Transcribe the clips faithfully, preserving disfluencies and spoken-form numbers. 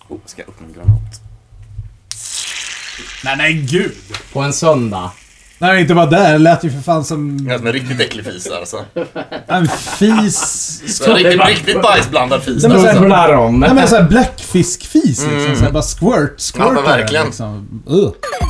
Oh, ska jag öppna en granat? Nej, nej, gud. På en söndag. Nej, inte bara där. Det lät ju för fan som... Ja, som en riktigt äcklig fis alltså. En fis... En riktigt, riktigt bajsblandad fis. Det måste jag få lära om. Nej, men såhär blackfisk-fis liksom. Mm. Såhär bara squirt, squirt. Ja, men verkligen. Liksom. Uh.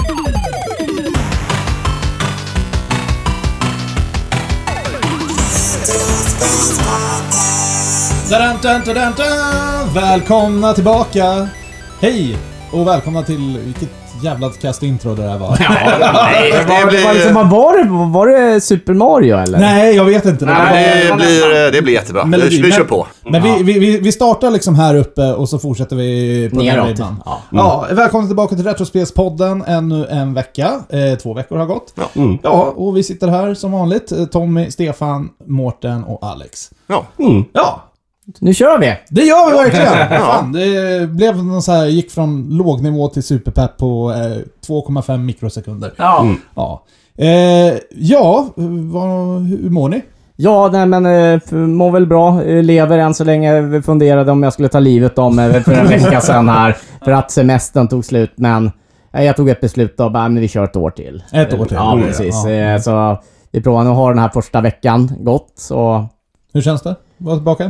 Dun, dun, dun, dun, dun. Välkomna tillbaka. Hej och välkomna till vilket jävla kastintro det där var. Ja, nej, det var, det var, liksom, var, det, var det Super Mario eller? Nej, jag vet inte. Det, Nej, det, blir, det blir jättebra. Melodi, vi kör men, på. Men ja. vi, vi, vi startar liksom här uppe och så fortsätter vi på neråt. Den här ja. Mm. ja, välkomna tillbaka till Retrospelspodden. Ännu en vecka. Eh, två veckor har gått. Ja. Mm. ja, och vi sitter här som vanligt. Tommy, Stefan, Mårten och Alex. Ja. Mm. Ja. Nu kör vi! Det gör vi verkligen! Ja. Fan, det blev någon så här, gick från låg nivå till superpepp på eh, två komma fem mikrosekunder. Ja. Mm. Ja, eh, ja vad, hur mår ni? Ja, nej men eh, mår väl bra. Lever än så länge. Funderade om jag skulle ta livet om mig för en vecka sedan här. För att semestern tog slut, men eh, jag tog ett beslut och bara, men vi kör ett år till. Ett år till? Ja, mm. precis. Ja. Eh, så vi provar nu har den här första veckan gått. Så... Hur känns det? Var tillbaka?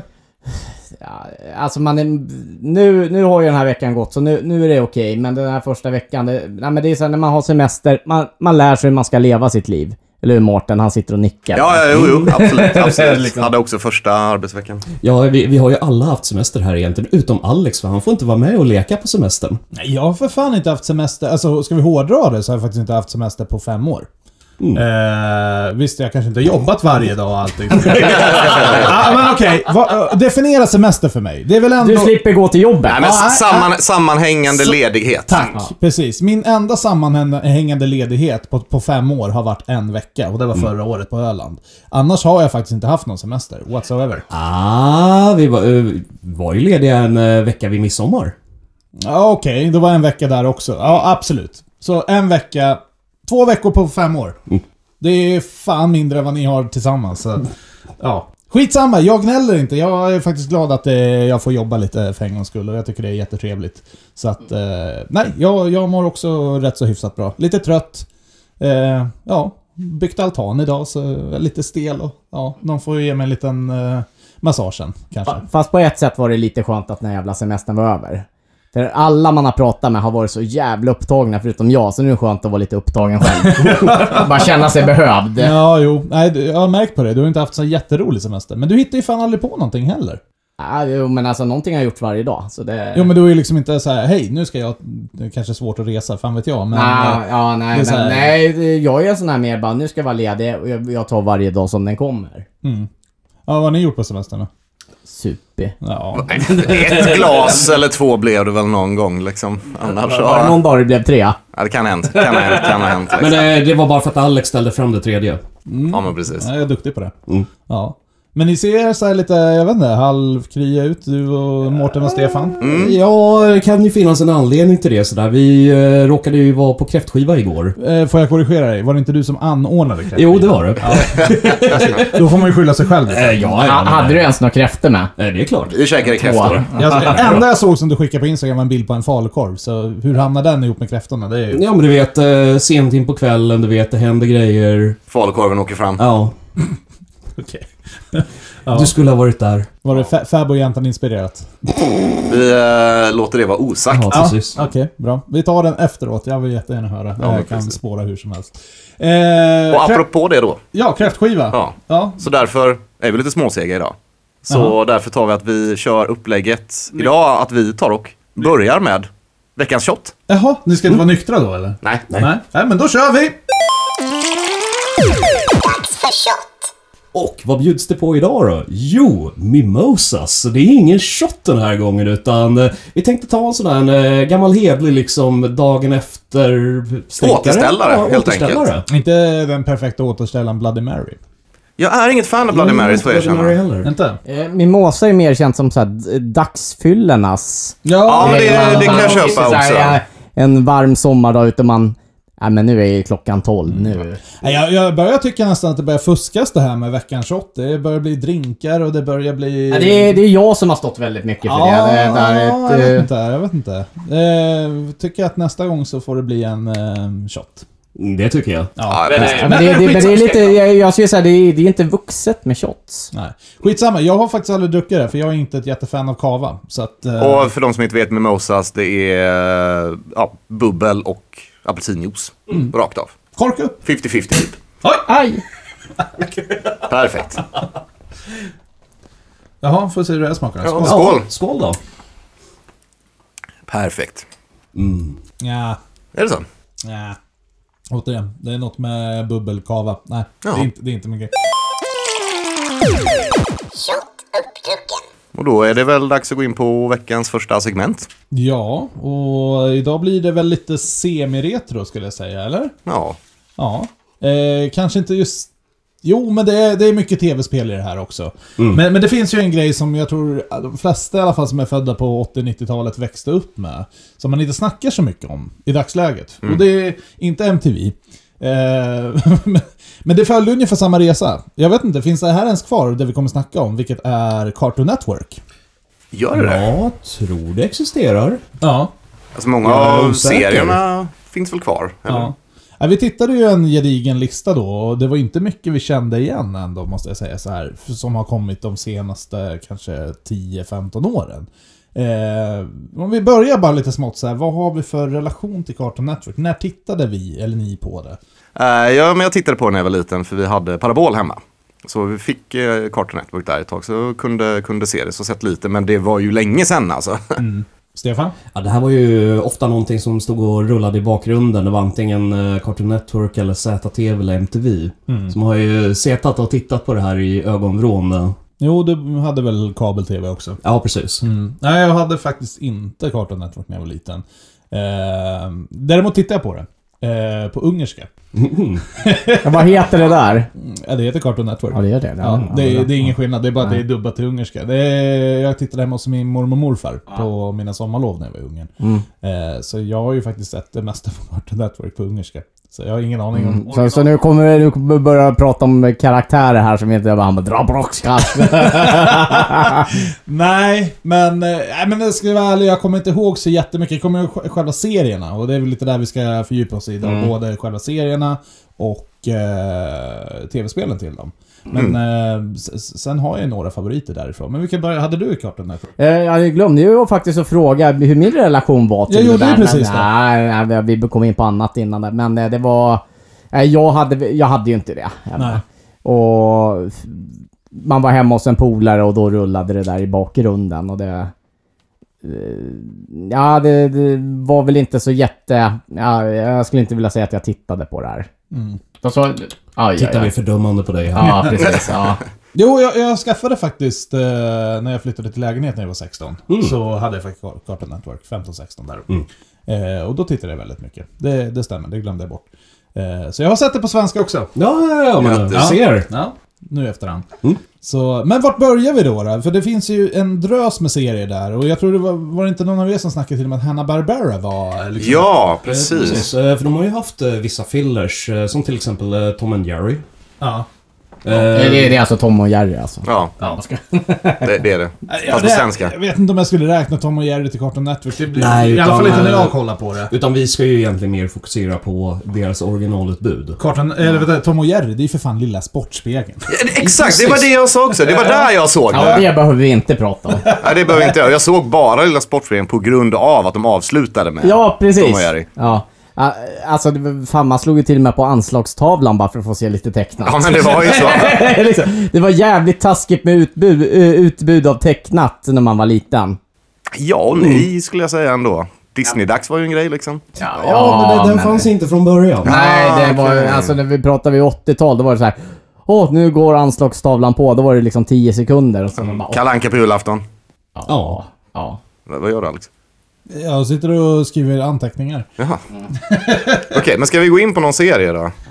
Ja, alltså man är, nu, nu har ju den här veckan gått så nu, nu är det okej, okay, men den här första veckan det, nej, men det är så här, när man har semester man, man lär sig hur man ska leva sitt liv. Eller hur Mårten, han sitter och nickar. Ja, ja jo, jo, absolut, absolut. liksom. Hade också första arbetsveckan. Ja, vi, vi har ju alla haft semester här egentligen, utom Alex, för han får inte vara med och leka på semestern. Nej, jag har för fan inte haft semester. Alltså, ska vi hårdra det så har jag faktiskt inte haft semester på fem år. Mm. Eh, visst, jag kanske inte har jobbat varje dag och allting. ah, men okej, okay. Definiera semester för mig. Det är väl ändå... Du slipper gå till jobbet. Nej, men ah, samman, ah, sammanhängande så, ledighet. Tack, ja. Precis. Min enda sammanhängande ledighet på, på fem år har varit en vecka. Och det var förra mm. året på Öland. Annars har jag faktiskt inte haft någon semester, whatsoever. Ah, vi var, uh, var ju lediga en uh, vecka vid midsommar. Ja, okej. Okay. Det var en vecka där också. Ja, absolut. Så en vecka... Två veckor på fem år. Mm. Det är fan mindre än vad ni har tillsammans. Så, ja. Skitsamma, jag gnäller inte. Jag är faktiskt glad att eh, jag får jobba lite för en gångs skull. Och jag tycker det är jättetrevligt. Så att, eh, nej, jag, jag mår också rätt så hyfsat bra. Lite trött. Eh, ja, byggt altan idag så jag är lite stel. Och, ja, de får ge mig en liten eh, massagen kanske. Fast på ett sätt var det lite skönt att den jävla semestern var över. För alla man har pratat med har varit så jävla upptagna förutom jag, så nu är det skönt att vara lite upptagen själv. Bara känna sig behövd. Ja, jo. Nej, jag har märkt på det. Du har inte haft så jätterolig semester. Men du hittar ju fan aldrig på någonting heller. Ja, jo, men alltså någonting har jag gjort varje dag. Så det... Jo, men du är ju liksom inte så här, hej, nu ska jag... Det är kanske svårt att resa, fan vet jag. Men, ah, ja, nej, men, här... nej, jag är sån här mer bara, nu ska jag vara ledig och jag, jag tar varje dag som den kommer. Mm. Ja, vad har ni gjort på semestern då? Super. Ja. Ett glas eller två blev det väl någon gång liksom. Annars var det någon dag det blev tre? Ja, det kan ha hänt. Kan ha hänt, kan ha hänt liksom. Men det, det var bara för att Alex ställde fram det tredje. Mm. Ja, men precis. Ja, jag är duktig på det. Mm. Ja. Men ni ser så här lite, jag vet inte, halvkrya ut, du och Mårten och Stefan. Mm. Ja, det kan ju finnas en anledning till det sådär. Vi eh, råkade ju vara på kräftskiva igår. Eh, får jag korrigera dig? Var det inte du som anordnade kräftskiva? Jo, det var det. Ja. Då får man ju skylla sig själv. Eh, ja, ja, ja, hade du ens några kräfter med? Eh, det är klart. Vi käkade kräftor. Det enda jag såg som du skickade på Instagram var en bild på en falukorv. Så hur hamnar den ihop med kräftorna? Det är ju... Ja, men du vet, eh, sent in på kvällen, du vet, det händer grejer. Falukorven åker fram. Ja. Okej. Ja. Du skulle ha varit där. Var det Fa- Fab och Jäntan inspirerat? Vi äh, låter det vara osagt. Ja, precis. Ja, okej, okay, bra. Vi tar den efteråt. Jag vill jättegärna höra. Det ja, jag kan precis. spåra hur som helst. Eh, och apropå det då. Ja, kräftskiva. Ja. Ja. Så därför är vi lite småsega idag. Så Aha. därför tar vi att vi kör upplägget idag. Att vi tar och börjar med veckans shot. Jaha, ni ska inte vara nyktra då eller? Nej. Nej. Nej, Nej men då kör vi! Dags för shot. Och vad bjuds det på idag då? Jo, mimosas. Det är ingen shot den här gången utan eh, vi tänkte ta en sån där eh, gammal hedlig liksom dagen efter stänkare. Återställare, ja, helt återställare. enkelt. Inte den perfekta återställaren Bloody Mary. Jag är inget fan av Bloody Marys får jag Bloody Mary erkänna. heller. Inte? Eh, mimosa är mer känt som så här dagsfyllernas. Ja, men det, man- det kan jag man- köpa så här, också. ja, en varm sommardag ute man Ja, men nu är ju klockan tolv nu. Nej, Jag, jag börjar tycka nästan att det börjar fuskas det här med veckans shot. Det börjar bli drinkar och det börjar bli... Ja, det, är, det är jag som har stått väldigt mycket för Ja, det. det, det är jag ett, vet eh, inte. Jag vet inte. Eh, tycker att nästa gång så får det bli en eh, shot. Mm, Det tycker jag. Ja, men, men- ja, men det, det, men det är lite, jag, jag skulle säga det är, det är inte vuxet med shots. Nej. Skitsamma, jag har faktiskt aldrig druckit det för jag är inte ett jättefan av kava. Så att, eh, Och för de som inte vet, mimosas, det är ja, bubbel och apelsinjuice. Rakt av. korka upp. femtio femtio typ. Aj! Perfekt. Jaha, får se hur det här smakar. Ja. Skål. Skål. Skål då. Perfekt. Mm. Ja, Är det så? ja. Återigen, det är något med bubbelkava. Nej, det Ja. är, inte, det är inte min grej. Och då är det väl dags att gå in på veckans första segment. Ja, och idag blir det väl lite semi-retro skulle jag säga, eller? Ja. Ja. Eh, kanske inte just... Jo, men det är, det är mycket tv-spel i det här också. Men, men det finns ju en grej som jag tror de flesta i alla fall som är födda på åttio-nittiotalet växte upp med. Som man inte snackar så mycket om i dagsläget. Och det är inte M T V. Eh, men det följde ungefär samma resa. Jag vet inte, finns det här ens kvar det vi kommer snacka om? Vilket är Cartoon Network. Gör det det? Jag tror det existerar. Ja. Alltså många Jag är av osäker. serierna finns väl kvar? Eller? Ja. Ja, vi tittade ju en gedigen lista då och det var inte mycket vi kände igen ändå måste jag säga så här som har kommit de senaste kanske tio femton åren. Eh, om vi börjar bara lite smått så här, vad har vi för relation till Cartoon Network? När tittade vi eller ni på det? Uh, ja, men jag tittade på det när jag var liten för vi hade parabol hemma. Så vi fick uh, Cartoon Network där ett tag så kunde, kunde se det så sett lite. Men det var ju länge sedan alltså. Mm. Stefan? Ja, det här var ju ofta någonting som stod och rullade i bakgrunden. Det var antingen eh, Cartoon Network eller Z T V eller M T V. Mm. Som har ju setat och tittat på det här i ögonvrån. Jo, du hade väl kabel-tv också? Ja, precis. Mm. Nej, jag hade faktiskt inte Cartoon Network när jag var liten. Eh, däremot tittade jag på det. Eh, på ungerska. Ja, vad heter det där? Ja, det heter Cartoon Network. Ja, det är det. Ja, det, är, det är ingen skillnad, det är bara att det Nej. är dubbat till ungerska. Det är, jag tittade hemma hos min mormor och morfar på mina sommarlov när jag var i Ungern. Mm. Eh, så jag har ju faktiskt sett det mesta på Cartoon Network på ungerska. Så jag har ingen aning om... Mm. Så, så nu kommer vi nu börja prata om karaktärer här som inte jag bara dra broxkast. Nej, men, eh, nej, men det ska vara ärlig, jag kommer inte ihåg så jättemycket. Jag kommer ihåg sj- själva serierna och det är väl lite där vi ska fördjupa oss i idag. Mm. Både själva serierna och eh, tv-spelen till dem. Men eh, s- s- sen har jag några favoriter därifrån. Men vi kan börja, hade du Cartoon Network? Eh, Jag glömde ju faktiskt att fråga hur min relation var till Jag det gjorde där. ju precis men, det. nej, nej, vi kom in på annat innan det. Men eh, det var... eh, Jag hade, jag hade ju inte det. hemma. Nej. Och f- man var hemma hos en polare och då rullade det där i bakgrunden. Och det... eh, Ja, det, det var väl inte så jätte... Ja, jag skulle inte vilja säga att jag tittade på det här. Mm. Vad sa du? Aj, Tittar vi fördömande på dig här. Ja, precis. Ja. Jo, jag, jag skaffade faktiskt eh, när jag flyttade till lägenhet när jag var sexton. Mm. Så hade jag faktiskt Cartoon Network, femton sexton där. Mm. Eh, och då tittade jag väldigt mycket. Det, det stämmer, det glömde jag bort. Eh, så jag har sett det på svenska också. Ja, ja, ja, men Grattis. du ser. Ja, nu efterhand. Mm. Så, men vart börjar vi då, då? För det finns ju en drös med serier där. Och jag tror det var, var det inte någon av er som snackade till och med att Hanna-Barbera var... Liksom, Ja, precis. Precis, eh, för de har ju haft eh, vissa fillers, eh, som till exempel eh, Tom and Jerry. Ja. Eh, Det, är, det är alltså Tom och Jerry alltså. Ja, Ja. det, det är det. Ja, Fast på det- svenska. Jag vet inte om jag skulle räkna Tom och Jerry till Cartoon Network. Det blir, Nej, I alla utan, fall inte när jag eh, kollar på det. Utan vi ska ju egentligen mer fokusera på deras originalutbud. Cartoon, eller vet du, Tom och Jerry, det är för fan lilla Sportspegeln. Ja, det- Exakt, det var det jag sa också. Det var där jag såg Ja, det. det behöver vi inte prata om. Nej, det behöver inte jag. Jag såg bara Lilla Sportföreningen på grund av att de avslutade med Ja, precis. Tom och Jerry. Ja. Ah, Alltså, det var- fan, man slog ju till och med på anslagstavlan bara för att få se lite tecknat. Ja, men det var ju så. liksom, det var jävligt taskigt med utbud, eh, utbud av tecknat när man var liten. Ja och nej skulle jag säga ändå. Disney-dags var ju en grej liksom. Ja, men det, den fanns inte från början. Nej, det var okej. alltså när vi pratade vid åttiotal, då var det så här. Åh, nu går anslagstavlan på. Då var det liksom tio sekunder och så var bara, åh, Kalle Anka på julafton. ja. Ja. Vad vad gör du Alex? Jag sitter och skriver anteckningar. Jaha. Okej, men ska vi gå in på någon serie då?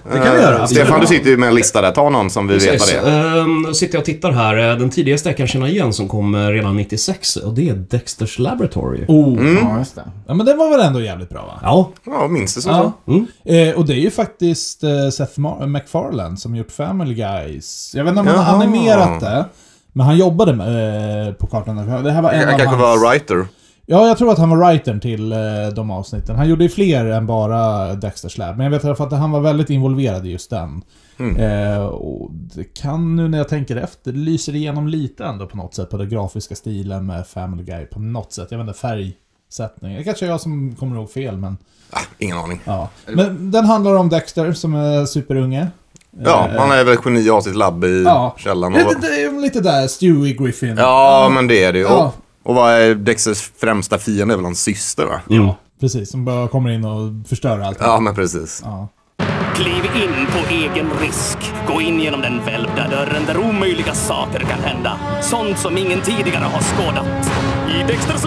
Det kan vi göra. Stefan, du sitter ju med en lista där. Ta någon som vi Precis. vet vad det är. Uh, sitter jag och tittar här. Den tidigaste jag kan känna igen som kom redan nittiosex. Och det är Dexter's Laboratory. Oh, mm. ja, just det. Ja, men den var väl ändå jävligt bra, va? Ja. Ja, minst det som ja. så. Mm. Eh, och det är ju faktiskt eh, Seth Mar- MacFarlane som gjort Family Guys. Jag vet inte om han har animerat det. Men han jobbade med, eh, på kartan. Det här var en jag av kanske hans... var writer. Ja, jag tror att han var writern till eh, de avsnitten. Han gjorde ju fler än bara Dexter's Lab. Men jag vet i alla fall att han var väldigt involverad i just den. Mm. Eh, och det kan nu när jag tänker efter, det lyser igenom lite ändå på något sätt på den grafiska stilen med Family Guy på något sätt. Jag vet inte, färgsättning. Det kanske är jag som kommer ihåg fel, men... Ah, ingen aning. Ja. Men den handlar om Dexter som är superunge. Ja, han är väl geni av sitt labb i ja. källan. Och... Det, det är lite där, Stewie Griffin. Ja, ja. men det är det ju. Ja. Och, och vad är Dexters främsta fiende? är väl hans syster, va? Ja, precis. Som bara kommer in och förstör allt. Ja, men precis. Ja. Kliv in på egen risk. Gå in genom den välvda dörren där omöjliga saker kan hända. Sånt som ingen tidigare har skådat. I Dexters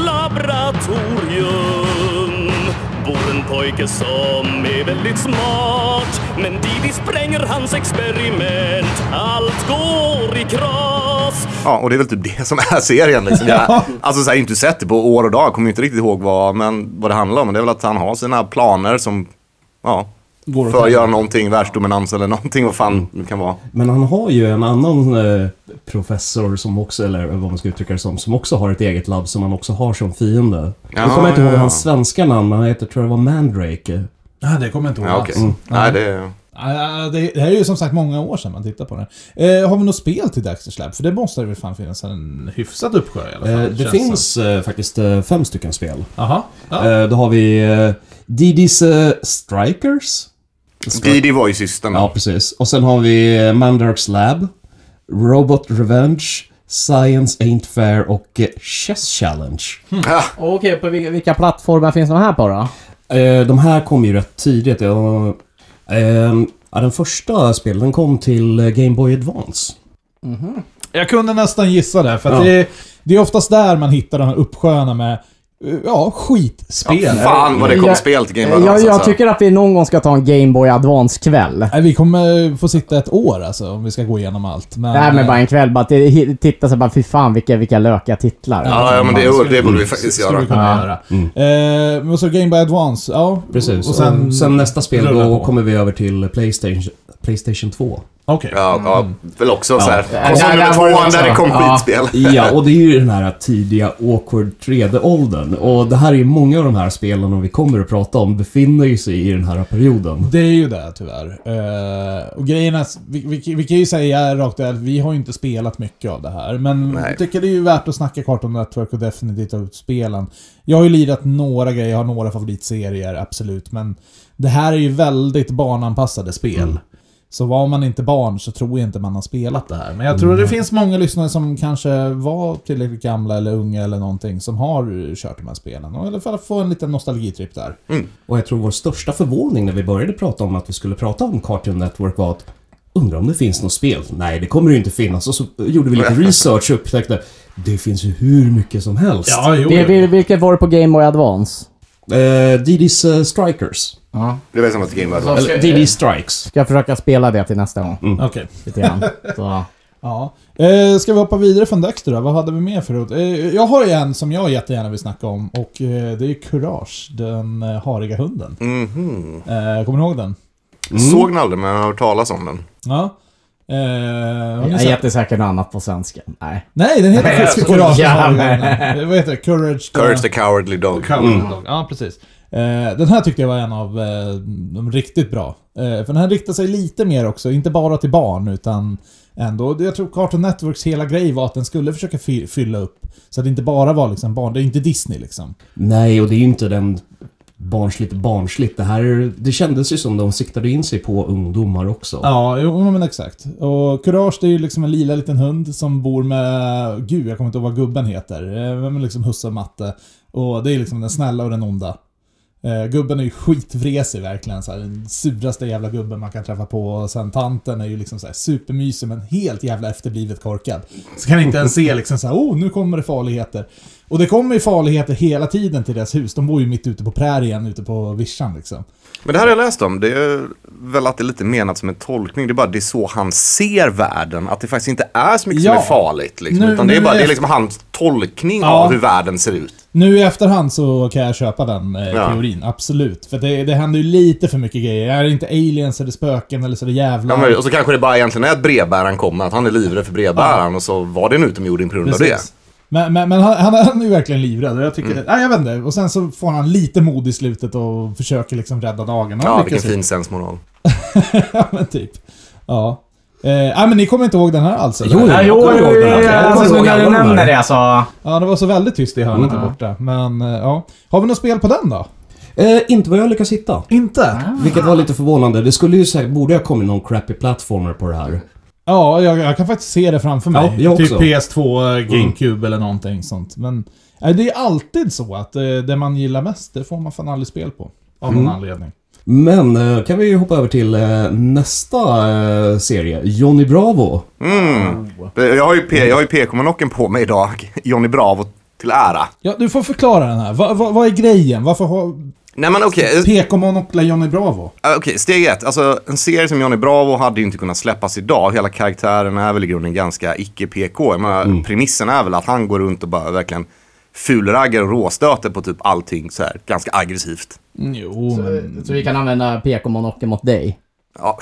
laboratorium bor en pojke som är väldigt smart. Men Didi spränger hans experiment. Allt går i kras. Ja, och det är väl typ det som är serien liksom. Jag, alltså så här, inte sett det på år och dag. Kommer inte riktigt ihåg vad, men vad det handlar om. Men det är väl att han har sina planer som, ja... Går för att göra någonting, världsdominans eller någonting, vad fan det kan vara. Men han har ju en annan eh, professor som också, eller vad man ska uttrycka det som, som också har ett eget labb som han också har som fiende. Ja, jag kommer inte ihåg ja. hans svenska namn, men han heter, tror jag var Mandrake. Nej, det kommer jag inte ihåg. Ja, okay. mm. Nej, det... Det, det här är ju som sagt många år sedan man tittar på det. Eh, har vi något spel till Dexter's Lab? För det måste det väl fan finnas en hyfsad uppsjö i alla fall. Eh, det finns eh, faktiskt eh, fem stycken spel. Aha. Ja. Eh, då har vi eh, Didi's eh, Strikers. Didi var ju systern. Ja, precis. Och sen har vi Mandark's Lab, Robot Revenge, Science Ain't Fair och Chess Challenge. Mm. Ah. Okej, på vilka, vilka plattformar finns de här på då? Eh, de här kom ju rätt tidigt. Ja, eh, ja, den första spelen den kom till Game Boy Advance. Mm-hmm. Jag kunde nästan gissa det, för att ja. det, det är oftast där man hittar de här uppsjöarna med ja, skitspel. Ja, fan vad det kom jag, spel till Game Boy Advance. Jag, jag alltså. tycker att vi någon gång ska ta en Game Boy Advance-kväll. Nej, vi kommer få sitta ett år alltså, om vi ska gå igenom allt. Men, Nej, men bara en kväll. Bara titta så bara, fy fan, vilka, vilka löka titlar. Ja, ja men det, det, det borde vi faktiskt göra. Vi kunna göra. Mm. Eh, och så Game Boy Advance, ja. Precis. Och sen, och sen nästa spel, då kommer vi över till PlayStation, PlayStation två. Okej. Okay. Ja, ja, väl också ja. så här. Ja, och så nummer tvåan där det kom ja. skitspel. Ja, och det är ju den här tidiga awkward tre D-åldern. Och det här är ju många av de här spelen vi kommer att prata om befinner sig i den här perioden. Det är ju det, tyvärr. Uh, och grejerna, vi, vi, vi kan ju säga rakt att vi har ju inte spelat mycket av det här. Men Nej. jag tycker det är ju värt att snacka Cartoon Network och definitivt ut spelen. Jag har ju lirat några grejer, jag har några favoritserier, absolut. Men det här är ju väldigt barnanpassade spel. Mm. Så var man inte barn så tror jag inte man har spelat det här. Men jag tror mm. det finns många lyssnare som kanske var tillräckligt gamla eller unga eller någonting som har kört de här spelen. Och i alla fall få en liten nostalgitripp där. Mm. Och jag tror vår största förvåning när vi började prata om att vi skulle prata om Cartoon Network var att undra om det finns något spel. Nej, det kommer ju inte finnas. Och så gjorde vi lite research och upptäckte det finns ju hur mycket som helst. Ja, jo, jo. Vilket var det på Game Boy Advance? Uh, Didi's uh, Strikers. Uh-huh. Det var som att Game Boy Advance. Eller Didi Strikes. Ska jag försöka spela det till nästa gång? Mm. Okej. Okay. Ja. Eh, ska vi hoppa vidare från Dexter då? Vad hade vi mer för eh, jag har ju en som jag jättegärna vill snacka om. Och eh, det är Courage, den eh, hariga hunden. Mm-hmm. eh, Kommer ni ihåg den? Mm. Såg den aldrig, men jag har hört talas om den. Ja. Eh, jag är jättesäkert något annat på svenska. Nej. Nej, den heter Courage. Ja, vad heter det? Courage the, Courage the Cowardly Dog. Cowardly mm. Dog. Ja, precis. Eh, den här tyckte jag var en av eh, de riktigt bra. Eh, för den här riktar sig lite mer också, inte bara till barn utan ändå. Jag tror Cartoon Networks hela grej var att den skulle försöka fy- fylla upp så att det inte bara var liksom barn, det är inte Disney liksom. Nej, och det är ju inte den barnsligt barnsligt. Det här, det kändes ju som de siktade in sig på ungdomar också. Ja, jo, men exakt. Och Courage, det är ju liksom en lila liten hund som bor med, gud jag kommer inte ihåg vad gubben heter, men liksom Husse och Matte. Och det är liksom den snälla och den onda. Uh, gubben är ju skitvresig verkligen så här, den suraste jävla gubben man kan träffa på. Och sen tanten är ju liksom så här supermysig men helt jävla efterblivet korkad. Så kan inte ens se liksom så här, oh nu kommer det farligheter. Och det kommer ju farligheter hela tiden till deras hus. De bor ju mitt ute på prärien, ute på vischan liksom. Men det här har jag läst om. Det är väl att det är lite menat som en tolkning. Det är bara det är så han ser världen. Att det faktiskt inte är så mycket ja. som är farligt. Liksom. Nu, Utan det är bara nu det är liksom hans tolkning ja. av hur världen ser ut. Nu i efterhand så kan jag köpa den eh, Ja. teorin, absolut. För det, det händer ju lite för mycket grejer. Är det inte aliens eller spöken eller så är det jävlar. Ja, men, och så kanske det bara egentligen är att brevbäraren kommer. Att han är livrädd för brevbäraren. Ja. Och så var det en utomjording på grund av det. Men, men, men han, han, han är ju verkligen livrädd. Jag tycker, mm. nej, jag vet inte. Och sen så får han lite mod i slutet och försöker liksom rädda dagen. Ja, vilken fin sensmoral. Ja, men typ. Ja. Eh, nej, men ni kommer inte ihåg den här alls? Jo, jo, jo, jo, jo, alltså, när du nämner det så... Ja, det var så väldigt tyst i hörnet mm. där borta. Men, eh, ja. Har vi något spel på den då? Eh, inte vad jag lyckas hitta. Inte? Ah. Vilket var lite förvånande. Det skulle ju säkert, borde ha kommit någon crappy platformer på det här. Ja, jag, jag kan faktiskt se det framför mig. Ja, typ P S två, GameCube mm. eller någonting sånt. Men äh, det är alltid så att eh, det man gillar mest, det får man fan aldrig spel på. Av någon mm. anledning. Men eh, kan vi ju hoppa över till eh, nästa eh, serie. Johnny Bravo. Mm. Jag har ju, P- jag har ju P K-monocken på mig idag. Johnny Bravo till ära. Ja, du får förklara den här. Va, va, vad är grejen? Varför har... Nej, men okej. Okay. P K-monokla Johnny Bravo. Okej, okay, steg ett. Alltså, en serie som Johnny Bravo hade ju inte kunnat släppas idag. Hela karaktären är väl i grunden ganska icke-P K. Jag menar, mm. premissen är väl att han går runt och bara verkligen fulraggar och råstöter på typ allting så här ganska aggressivt. Jo, så, men... så vi kan använda P K-monocken mot dig? Ja.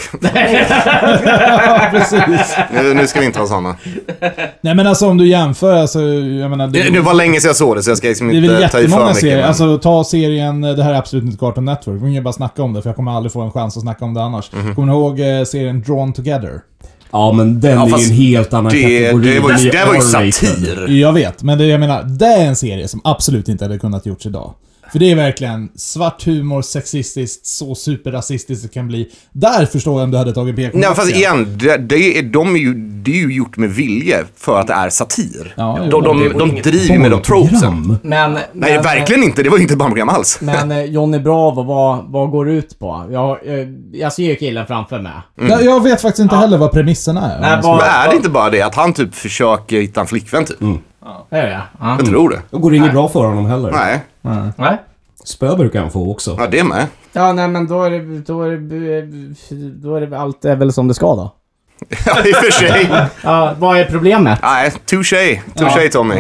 Ja, precis. Nu, nu ska vi inte ha såna. Nej, men alltså om du jämför, alltså, jag menar... Det, det, det var länge sedan jag såg det, så jag ska liksom inte ta i för mycket. Det är väl jättemånga serier. Men... Alltså, ta serien, det här är absolut inte Cartoon Network. Vi kan bara snacka om det, för jag kommer aldrig få en chans att snacka om det annars. Mm-hmm. Kommer ni ihåg eh, serien Drawn Together? Ja, men den ja, är ju en helt annan det, kategori. Det var ju, det var ju satir. Jag vet, men det, jag menar, det är en serie som absolut inte hade kunnat gjorts idag. För det är verkligen svart humor, sexistiskt, så superrasistiskt det kan bli. Där förstår jag om du hade tagit P K. Nej, fast igen, det, det, är, de är ju, det är ju gjort med vilje för att det är satir. Ja, de de, de, de driver med de tropesen. Men, Nej, men, verkligen inte. Det var ju inte ett barnprogram alls. Men Johnny Bravo, vad, vad går det ut på? Jag, jag, jag ser ju killen framför mig. Mm. Jag, jag vet faktiskt inte ja. heller vad premissen är. Nej, bara, men är det inte bara det att han typ försöker hitta en flickvän typ? Mm. Ja, det är det. Ja. Jag tror det. Det går inget bra för honom heller. Nej. Mm. Nej. Spö brukar han få också. Ja, det med. Ja, nej, men då är det, då är det, då är det allt är väl som det ska då. Ja, i och för sig. Ja, vad är problemet? Nej, touché. Touché, ja. Tommy.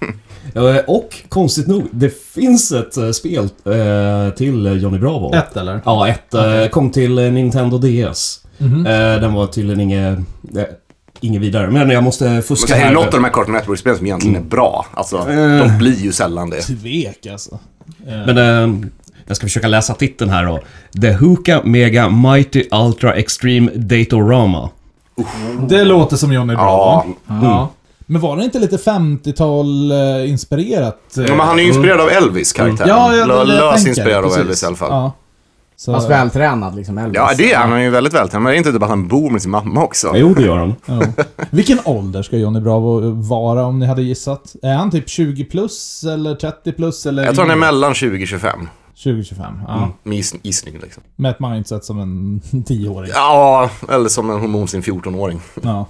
Ja. Och konstigt nog, det finns ett uh, spel uh, till Johnny Bravo. Ett eller? Ja, ett. Okay. Uh, kom till uh, Nintendo D S. Mm-hmm. Uh, den var tydligen inget... Uh, Inget vidare, men jag måste fuska här. Det är något av de här Cartoon Network-spelen som egentligen är bra. Alltså, uh, de blir ju sällan det. Tvek alltså. Uh. Men uh, jag ska försöka läsa titeln här då. The Hookah Mega Mighty Ultra Extreme Datorama. Uh. Det låter som Johnny Bravo. Ja. Mm. Ja. Men var det inte lite femtiotal uh, inspirerat? Uh, ja, men han är ju inspirerad mm. av Elvis karaktär. Ja, ja, L- lös inspirerad av Elvis i alla fall. Ja. Så... Fast vältränad liksom Elvis. Ja, det är han. Han är ju väldigt vältränad. Men det är inte typ att han bor med sin mamma också. Jo, det gör han. Ja. Vilken ålder ska Johnny Bravo vara om ni hade gissat? Är han typ tjugo plus eller trettio plus? Eller jag tror han är mellan tjugo och tjugofem. tjugo till tjugofem, ja. Mm. Med giss- gissning liksom. Med ett mindset som en tioåring. Ja, eller som en hormonsin fjortonåring. Ja.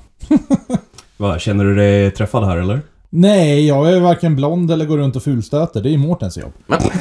Vad, känner du dig träffad här eller? Nej, jag är varken blond eller går runt och fulstöter. Det är ju Mårtens jobb.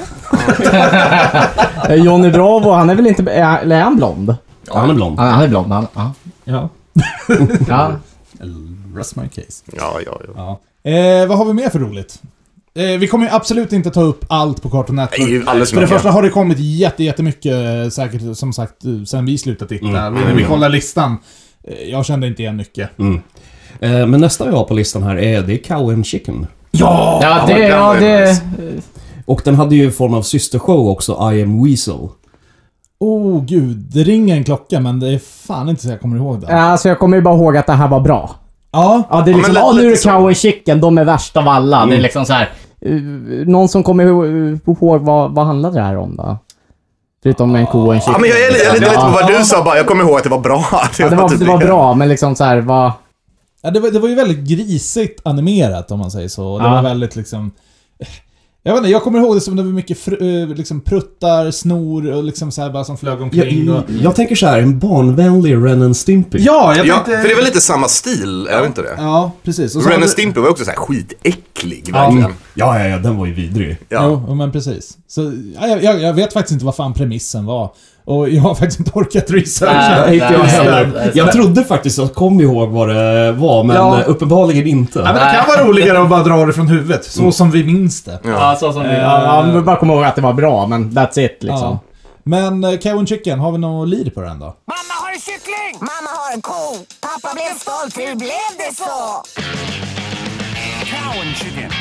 Johnny Bravo, han är väl inte... Eller är han blond? Ja, han är blond. Han, han är blond, han, ja. Ja. Ja. Rest my case. Ja, ja, ja. ja. Eh, vad har vi mer för roligt? Eh, vi kommer ju absolut inte ta upp allt på Cartoon Network. Nej, alldeles för det första har det kommit jätte, jättemycket, säkert som sagt, sen vi slutade titta. Mm. Vi, vi kollar listan. Jag kände inte igen mycket. Mm. Eh, men nästa vi har på listan här är det är Cow and Chicken. Ja! Ja, det, ja, det... Och den hade ju en form av systershow också, I Am Weasel. Oh gud, det ringer en klocka, men det är fan inte så jag kommer ihåg det. Ja, alltså jag kommer ju bara ihåg att det här var bra. Ja. Ja, det är liksom, ja, oh, nu är det Cow and Chicken, de är värst av alla. Mm. Det är liksom så här. Uh, någon som kommer ihåg vad, vad handlade det här om då? Förutom en ko och en chicken. Ja, men jag är lite, jag är lite ja. på vad du sa bara. Jag kommer ihåg att det var bra. Det, ja, det, var, typ det var bra, men liksom så här, vad... Ja, det var, det var ju väldigt grisigt animerat om man säger så. Det ja. var väldigt liksom... Jag vet inte, jag kommer ihåg det som det var mycket fr- liksom pruttar, snor och liksom så här bara som flög omkring. Jag, och... jag tänker så här, en barnvänlig Ren and Stimpy. Ja, jag Ja, tänkte... för det är väl lite samma stil, är det inte det? Ja, precis. Och så Ren hade- and Stimpy var också så här skitäcklig, Ja. verkligen. Ja, ja, ja, den var ju vidrig. Ja. Jo, men precis. Så ja, jag, jag, jag vet faktiskt inte vad fan premissen var. Och jag har faktiskt inte orkat researcha. Nej, Inte jag nej, heller. nej, nej. Jag trodde faktiskt att jag kom ihåg vad det var, men Ja. uppenbarligen inte. Ja, men det kan vara roligare att bara dra det från huvudet. Så som vi minns det. Ja, så som vi... Eh, Ja, man vill bara komma ihåg att det var bra, men that's it liksom. Ja. Men uh, Cow and Chicken, har vi något lir på den då? Mamma har en kyckling! Mamma har en ko! Pappa blev stolt, hur blev det så? Cow and chicken.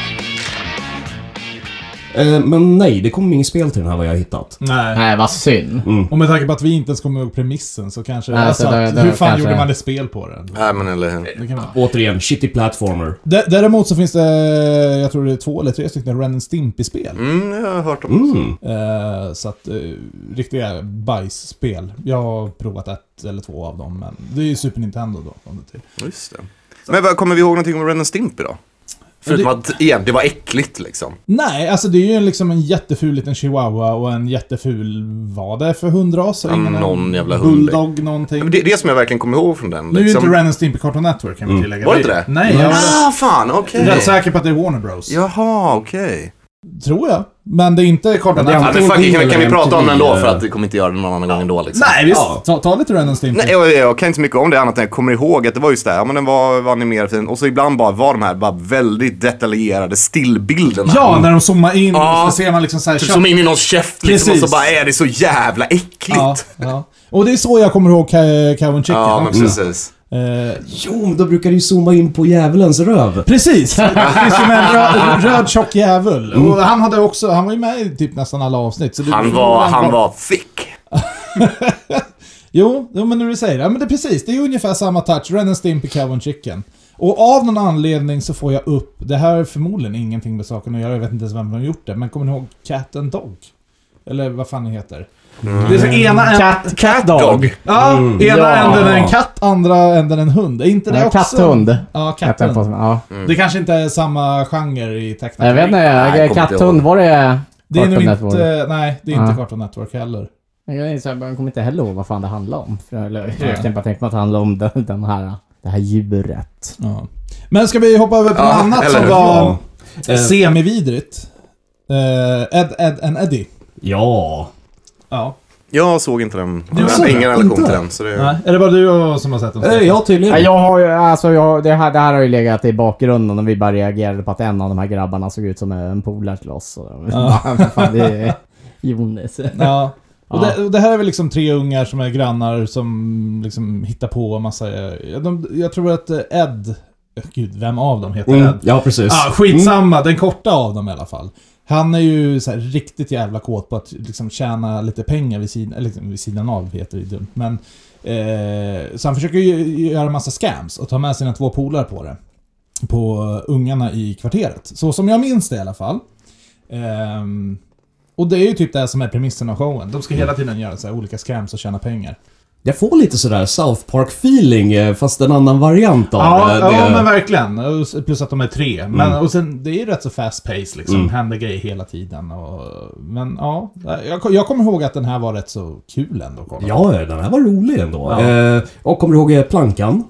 Eh, men nej, det kommer inget spel till den här vad jag har hittat. Nej. Nej, vad synd. Och med tanke på att vi inte ens kommer ihåg premissen så kanske... Nej, alltså, så det- att, det hur fan kanske- gjorde man ett spel på den? Nej, men eller hur. Det kan man. Återigen, shitty platformer. D- däremot så finns det, jag tror det är två eller tre stycken Ren and Stimpy-spel. Mm, jag har hört om det. Mm. Eh, så att, eh, riktiga bajsspel. Jag har provat ett eller två av dem, men det är ju Super Nintendo då. Om det till. Just det. Men vad, kommer vi ihåg någonting om Ren and Stimpy då? Förutom det- att, igen, det var äckligt liksom. Nej, alltså det är ju liksom en jätteful liten chihuahua och en jätteful, vad det är för hundras? Ja, någon jävla hund. Bulldog någonting. Men det är det som jag verkligen kommer ihåg från den. Nu är ju Liksom. inte Ren and Stimpy Cartoon Network kan vi tillägga. Var det inte det? Nej, jag är Ah, fan, okej. rätt säker på att det är Warner Bros. Jaha, okej. Tror jag. Men det är inte Cartoon det är Ja, Network. men fuck, Antingen kan, vi- kan vi eller prata om den M T V, då? För eh. att vi kommer inte göra det någon annan gång ändå liksom. Nej, visst. Ja. Ta, ta lite Ren and Stimpy. Nej, jag, jag kan inte så mycket om det annat än jag kommer ihåg att det var just det. Ja, men den var, var animerad fin. Och så ibland bara var de här bara väldigt detaljerade stillbilderna. Ja, när de zoomar in Ja. så ser man liksom så här... Typ som in i någons käft liksom, och Precis. så bara är det så jävla äckligt. Ja, ja. Och det är så jag kommer ihåg Cow Cow and Chicken Ja, men också. precis. Eh, Jo, men då brukar det ju zooma in på djävulens röv. Precis! Det finns ju med en röd, röd tjock jävel. Och han hade också, han var ju med i typ nästan alla avsnitt. Så det, Han var, han var thick. Jo, jo, men när du säger det. Ja, men det är precis. Det är ju ungefär samma touch. Ren and Stimpy, Cow and Chicken. Och av någon anledning så får jag upp, det här är förmodligen ingenting med saken att göra, jag vet inte ens vem som har gjort det, men kommer ni ihåg Cat and Dog? Eller vad fan det heter? Det är så ena Cat, cat dog. Dog. Ja, ena Ja. änden är en katt, andra änden en hund. Är inte det Ja, också? katthund. Ja, Katten katthund. på, ja. Det kanske inte är samma genre i tecknat. Jag vet inte, jag kommer inte katthund, ihåg. var det Det är nog Cartoon inte, Network? nej, det är inte Ja. Cartoon Network heller. Jag, jag, jag kommer inte heller ihåg vad fan det handlar om. För jag, jag kan bara tänka mig att det handlar om den, den här, det här djuret. Ja. Men ska vi hoppa över på Ja, något annat eller som hur? var Ja. Eh. semividrigt? Uh, Ed, Ed and Eddie. Ja. Ja. Jag såg inte den. Du Jag såg hade ingen den? relation Inte? till den. Så det... Nej, är det bara du som har sett den? Eh, ja, tydligen. Ja, jag har ju, alltså jag, det, här, det här har ju legat i bakgrunden och vi bara reagerade på att en av de här grabbarna såg ut som en polare till oss. Och, Ja. fan, det är Jonas. Ja. Och, Ja. det, och det här är väl liksom tre ungar som är grannar som liksom hittar på en massa... ja, De, jag tror att eh, Ed... Gud, vem av dem heter Mm, Ed? ja, precis. Ah, skitsamma, den korta av dem i alla fall. Han är ju så här riktigt jävla kåt på att liksom tjäna lite pengar vid sidan, eller liksom vid sidan av, heter det dumt. Men, eh, så han försöker ju göra en massa scams och ta med sina två polare på det. På ungarna i kvarteret. Så som jag minns det i alla fall. Ehm, och det är ju typ det här som är premissen av showen. De ska hela tiden göra så här olika scams och tjäna pengar. Jag får lite sådär South Park-feeling, eh, fast en annan variant av Ja, det. ja det. men verkligen. Och s- plus att de är tre. Men, och sen, det är ju rätt så fast pace liksom. Mm. Händer grejer hela tiden. Och, men ja, jag, jag kommer ihåg att den här var rätt så kul ändå. Kolla. Ja, den här var rolig ändå. Ja. Eh, och kommer du ihåg eh, Plankan?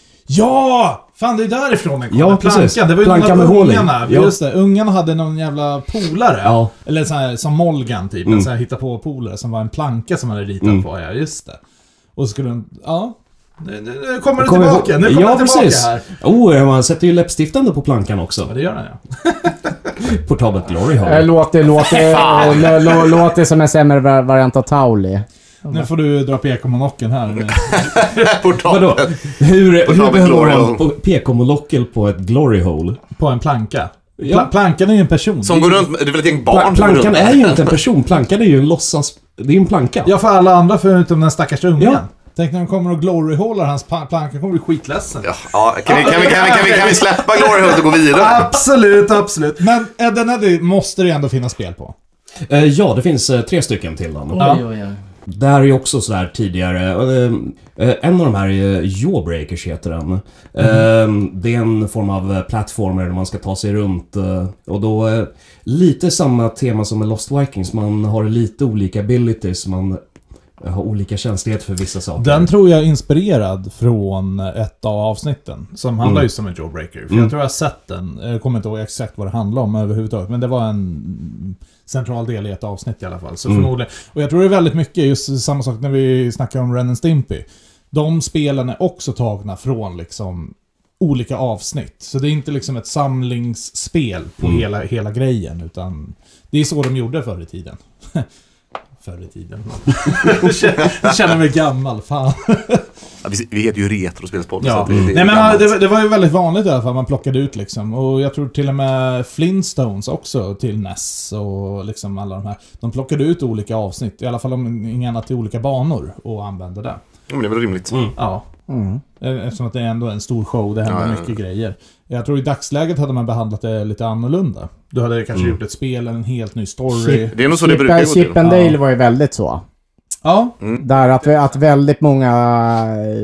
Ja! Fan, det är därifrån den kom. Ja, Plankan. precis. Det var ju Plankan de med här hål i. ungarna. Ja. Just det, ungarna hade någon jävla polare. Ja. Eller så här, som Molgan typ. Mm. En sån här hitta på polare som var en planka som hade ritat Mm. på. Ja, just det. Och så skulle den, ja. Nu, nu, nu kommer den Kommer du tillbaka. ihåg- Nu kommer ja, den tillbaka precis. här. Oh, man sätter ju läppstiften på plankan också. Ja, det gör den ja. Portabelt glory Det hole. låter, låter, lå- lå- låter som en sämre va- variant av Tauli. Nu får du dra P K-monocken här. Nu. Portabel. Vadå? Hur, hur Portabelt behöver glory man hole. på P K-monokel på ett glory hole? På en planka. Pla- Ja. plankan är ju en person. Som går runt med, det är väl ett gäng barn Pla- som går plankan runt. är ju inte en person. Plankan är ju en låtsas... Det är ju en planka. Ja, för alla andra förutom den stackars ungen. Ja. Tänk när de kommer och glory-hålar hans pa- planka, kommer bli skitledsen. Ja, ja, kan, vi, kan, vi, kan, vi, kan, vi, kan vi släppa Glory Hole och gå vidare? Absolut, absolut. Men Ed and Eddie måste det ändå finnas spel på. Eh, ja, det finns eh, tre stycken till den. Ja. oj, oj. Där är ju också så här tidigare. Eh, en av de här är Jawbreakers heter den. Mm. Eh, det är en form av plattformer där man ska ta sig runt. Eh, och då eh, lite samma tema som med Lost Vikings. Man har lite olika abilities. Man har olika känslighet för vissa saker. Den tror jag är inspirerad från ett av avsnitten. Som handlar mm. just om en Jawbreaker. För mm. jag tror jag har sett den. Jag kommer inte ihåg exakt vad det handlar om överhuvudtaget. Men det var en central del i ett avsnitt i alla fall. Så mm. förmodligen. Och jag tror det är väldigt mycket just samma sak när vi snackar om Ren and Stimpy. De spelen är också tagna från liksom olika avsnitt. Så det är inte liksom ett samlingsspel på mm. hela, hela grejen. Utan det är så de gjorde förr i tiden. Förr i tiden. Jag känner mig gammal, fan. Ja, vi, vi heter ju Retrospelspodd. Ja. Så det, det, Nej, men det, det var ju väldigt vanligt i alla fall. Man plockade ut liksom. Och jag tror till och med Flintstones också till N E S och liksom alla de här. De plockade ut olika avsnitt. I alla fall om inga annat till olika banor och använde det. Ja, men det är väl rimligt. Mm. Ja. Mm. Eftersom att det är ändå en stor show. Det händer ja, mycket ja. grejer. Jag tror i dagsläget hade man behandlat det lite annorlunda. Du hade kanske mm. gjort ett spel, en helt ny story. Det är nog så det brukar gå till. Chip and Dale var ju väldigt så. Ja. Mm. Där att, att väldigt många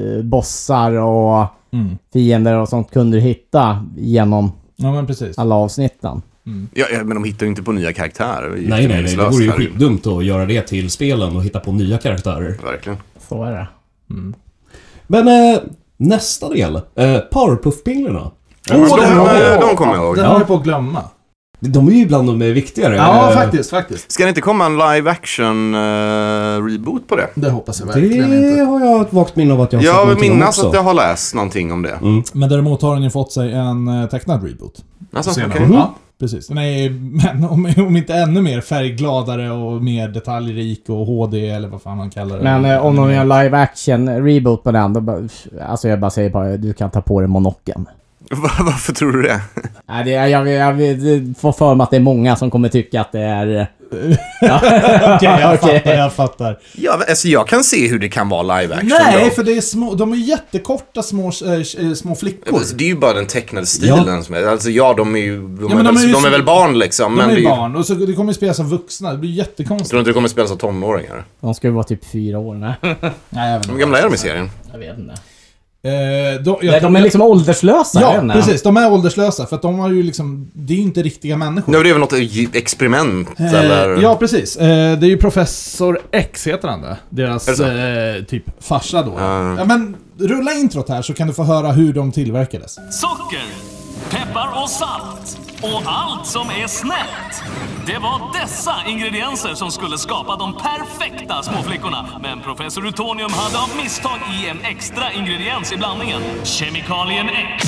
bossar och mm. fiender och sånt kunde du hitta genom ja, men precis. alla avsnitten. Mm. Ja, men de hittar ju inte på nya karaktärer. Nej, nej, nej. Det vore ju skitdumt att göra det till spelen och hitta på nya karaktärer. Verkligen. Så är det. Mm. Men eh, nästa del. Eh, Powerpuff-pinglarna. Oh, oh, de, de, de kommer jag ihåg. Den har jag på att glömma. De är ju bland de viktigare. Ja, äh, faktiskt, faktiskt. Ska det inte komma en live-action uh, reboot på det? Det hoppas jag verkligen det inte. Det har jag ett vagt minne av att jag har jag sett någonting om också. Jag minnas att jag har läst någonting om det. Mm. Men däremot har den ju fått sig en uh, tecknad reboot. Alltså, okej. Okay. Mm. Ja, precis. Den är, men om, om inte ännu mer färggladare och mer detaljrik och H D eller vad fan man kallar det. Men uh, om de gör live-action reboot på den, då, alltså jag bara säger bara, du kan ta på dig monocken. Varför tror du det? Nej, det, jag, jag, jag, jag får för mig att det är många som kommer tycka att det är... Ja. Okej, jag, okay. fattar, jag fattar. Ja, alltså jag kan se hur det kan vara live action. Nej, då. för det är små, de är jättekorta små, äh, små flickor. Alltså, det är ju bara den tecknade stilen ja. som är. Alltså ja, de är ju de, ja, är, de, väl, är, de är väl barn liksom. De men är det är barn, och så det kommer spelas av vuxna. Det blir jättekonstigt. Tror du inte det kommer spelas av tonåringar? De ska ju vara typ fyra år, nej. Nej, jag vet inte. Hur gamla är de i serien? Jag vet inte. Eh, då, Nej, de är liksom ålderslösa. Ja, precis. De är ålderslösa för att de har ju liksom, det är ju inte riktiga människor. Nej, det är väl något experiment eh, eller? Ja, precis. Eh, det är ju Professor X heter han det. Deras eh, typ farsa då. Uh. Ja, men rulla introt här så kan du få höra hur de tillverkades. Socker, peppar och salt och allt som är snällt. Det var dessa ingredienser som skulle skapa de perfekta småflickorna. Men professor Utonium hade av misstag i en extra ingrediens i blandningen. Kemikalien X.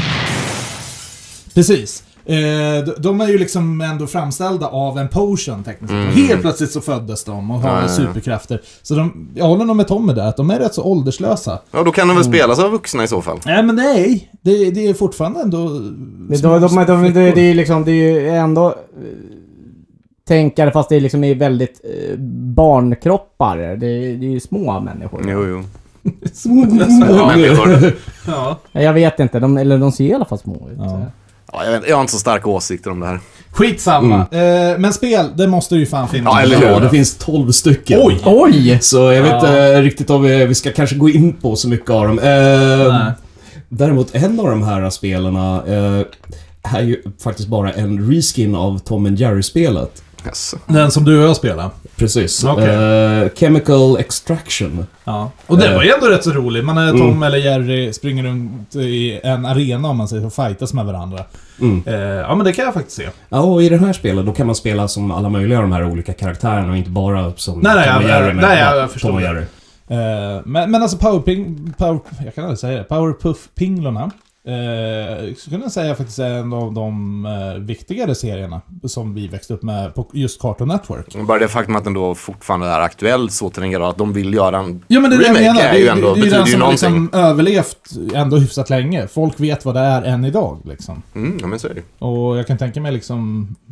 Precis. Eh, de är ju liksom ändå framställda av en potion tekniskt. Mm. Helt plötsligt så föddes de och har ja, ja. superkrafter. Så de, jag håller nog med Tommy där, att de är rätt så ålderslösa. Ja, då kan de väl mm. spelas av vuxna i så fall. Nej, men nej. Det, det är fortfarande ändå... Men de, de, de, de, det, det är liksom, det är ju ändå... Tänkare, fast det är liksom är väldigt eh, barnkroppar. Det, det är ju små människor. Jo, jo. små människor. Ja. Jag vet inte, de, eller de ser i alla fall små ut. Ja. Ja, jag, vet, jag har inte så starka åsikter om det här. Skitsamma. Mm. Eh, men spel, det måste ju fan finnas. Ja, eller hur? Ja, det finns tolv stycken. Oj! Oj! Så jag vet inte ja. riktigt om vi, vi ska kanske gå in på så mycket av dem. Eh, Nej. Däremot, en av de här spelarna eh, är ju faktiskt bara en reskin av Tom and Jerry-spelet. Yes. Den som du och jag spelar. Precis. Okay. Uh, Chemical Extraction. Ja. Och det var ju ändå rätt så roligt. Man är Tom mm. eller Jerry springer runt i en arena om man säger, och fightas med varandra. Mm. Uh, ja, men det kan jag faktiskt se. Ja, och i det här spelet då kan man spela som alla möjliga av de här olika karaktärerna och inte bara som nej, nej, Tom och Jerry med nej, jag, jag Tom och Jerry. Uh, men, men alltså Powerping, Power, jag kan aldrig säga det. Powerpuff-pinglorna. Eh, så kan jag säga faktiskt är en av de eh, viktigare serierna som vi växte upp med på just Cartoon Network. Bara det faktum att den då fortfarande är aktuell så till den grad att de vill göra en ja, men det remake menar, är det, ju ändå, det, det är betyder den ju som någonting. Liksom överlevt ändå hyfsat länge. Folk vet vad det är än idag liksom. Mm, ja, men så är det. Och jag kan tänka mig liksom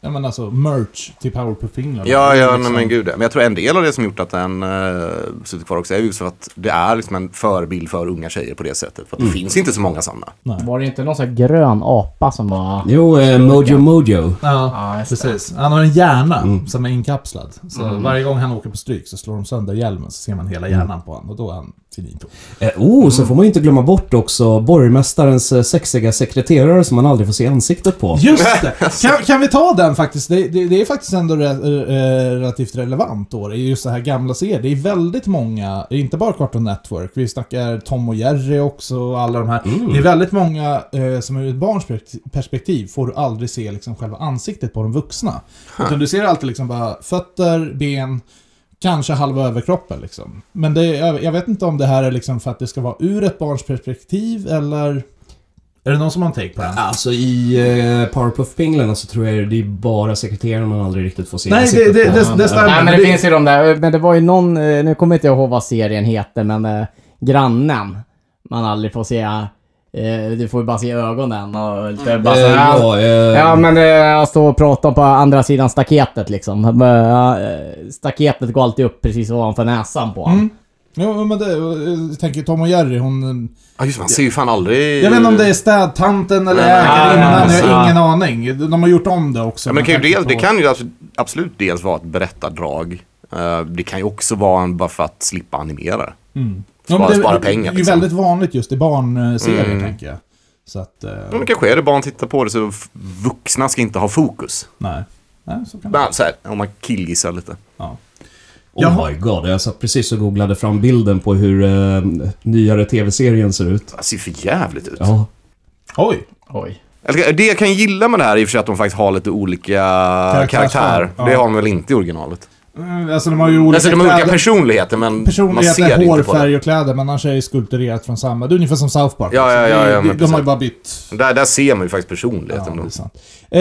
jag menar alltså merch till Powerpuff Finland. Ja, ja, liksom... nej, men gud. Men jag tror en del av det som gjort att den uh, sitter kvar också är ju så att det är liksom en förebild för unga tjejer på det sättet. För att det mm. finns inte så många sådana. Nej. Var det inte någon sån här grön apa som var... Jo, eh, Mojo Mojo. Ja, ja precis. Han har en hjärna mm. som är inkapslad. Så mm. varje gång han åker på stryk så slår de sönder hjälmen så ser man hela hjärnan mm. på honom. Och då är han finito. Eh, oh, så får man ju inte glömma bort också borgmästarens sexiga sekreterare som man aldrig får se ansiktet på. Just det! Kan, kan vi ta den faktiskt? Det, det, det är faktiskt ändå re, re, relativt relevant då. Det är just så här gamla serier. Det är väldigt många, inte bara Cartoon Network. Vi snackar Tom och Jerry också och alla de här. Mm. Det är väldigt många eh, som ur ett barns perspektiv får du aldrig se liksom själva ansiktet på de vuxna. Huh. Utan du ser alltid liksom bara fötter, ben, kanske halva överkroppen liksom. Men det, jag, jag vet inte om det här är liksom för att det ska vara ur ett barns perspektiv eller... Är det någon som har en take på den? Alltså i uh, Powerpuff Finland så tror jag det är bara sekreteraren man aldrig riktigt får se. Nej, det, det, det, det, det stämmer. Nej, men det, det finns ju de där. Men det var ju någon, nu kommer inte jag ihåg vad serien heter, men uh, grannen man aldrig får se. Uh, du får ju bara se ögonen och lite bara så, uh, ja, uh, ja, men uh, jag står och pratar på andra sidan staketet liksom. Uh, staketet går alltid upp precis ovanför näsan på honom. Mm. Ja, men det, jag tänker Tom och Jerry, hon... Ja, just man ser ju fan aldrig... Jag vet inte om det är städtanten eller ägarinnan, jag har ingen aning. De har gjort om det också. Ja, men det kan ju, del, det kan ju absolut dels vara ett berättardrag. Det kan ju också vara en bara för att slippa animera. Mm. Spara, det, spara pengar. Det är liksom. Väldigt vanligt just i barnserier, mm. tänker jag. Så att, uh... ja, men kanske är det barn tittar på det så vuxna ska inte ha fokus. Nej, Nej så kan det vara. Så här, om man killgissar lite. Ja. Oh Jaha. My god, jag satt precis och googlade fram bilden på hur uh, nyare tv-serien ser ut. Det ser för jävligt ut. Ja. Oj. Oj. Det jag kan gilla med det här är i och för sig att de faktiskt har lite olika karaktärer. Ja. Det har de väl inte i originalet. Mm, alltså de har ju olika, alltså, de har olika personligheter, men personligheter, man ser det inte på hårfärg och kläder, men annars är det skulpturerat från samma. Det är ungefär som South Park. Ja, ja, ja, ja, de, de har ju bara bytt. Där, där ser man ju faktiskt personligheten. Ja, det är sant.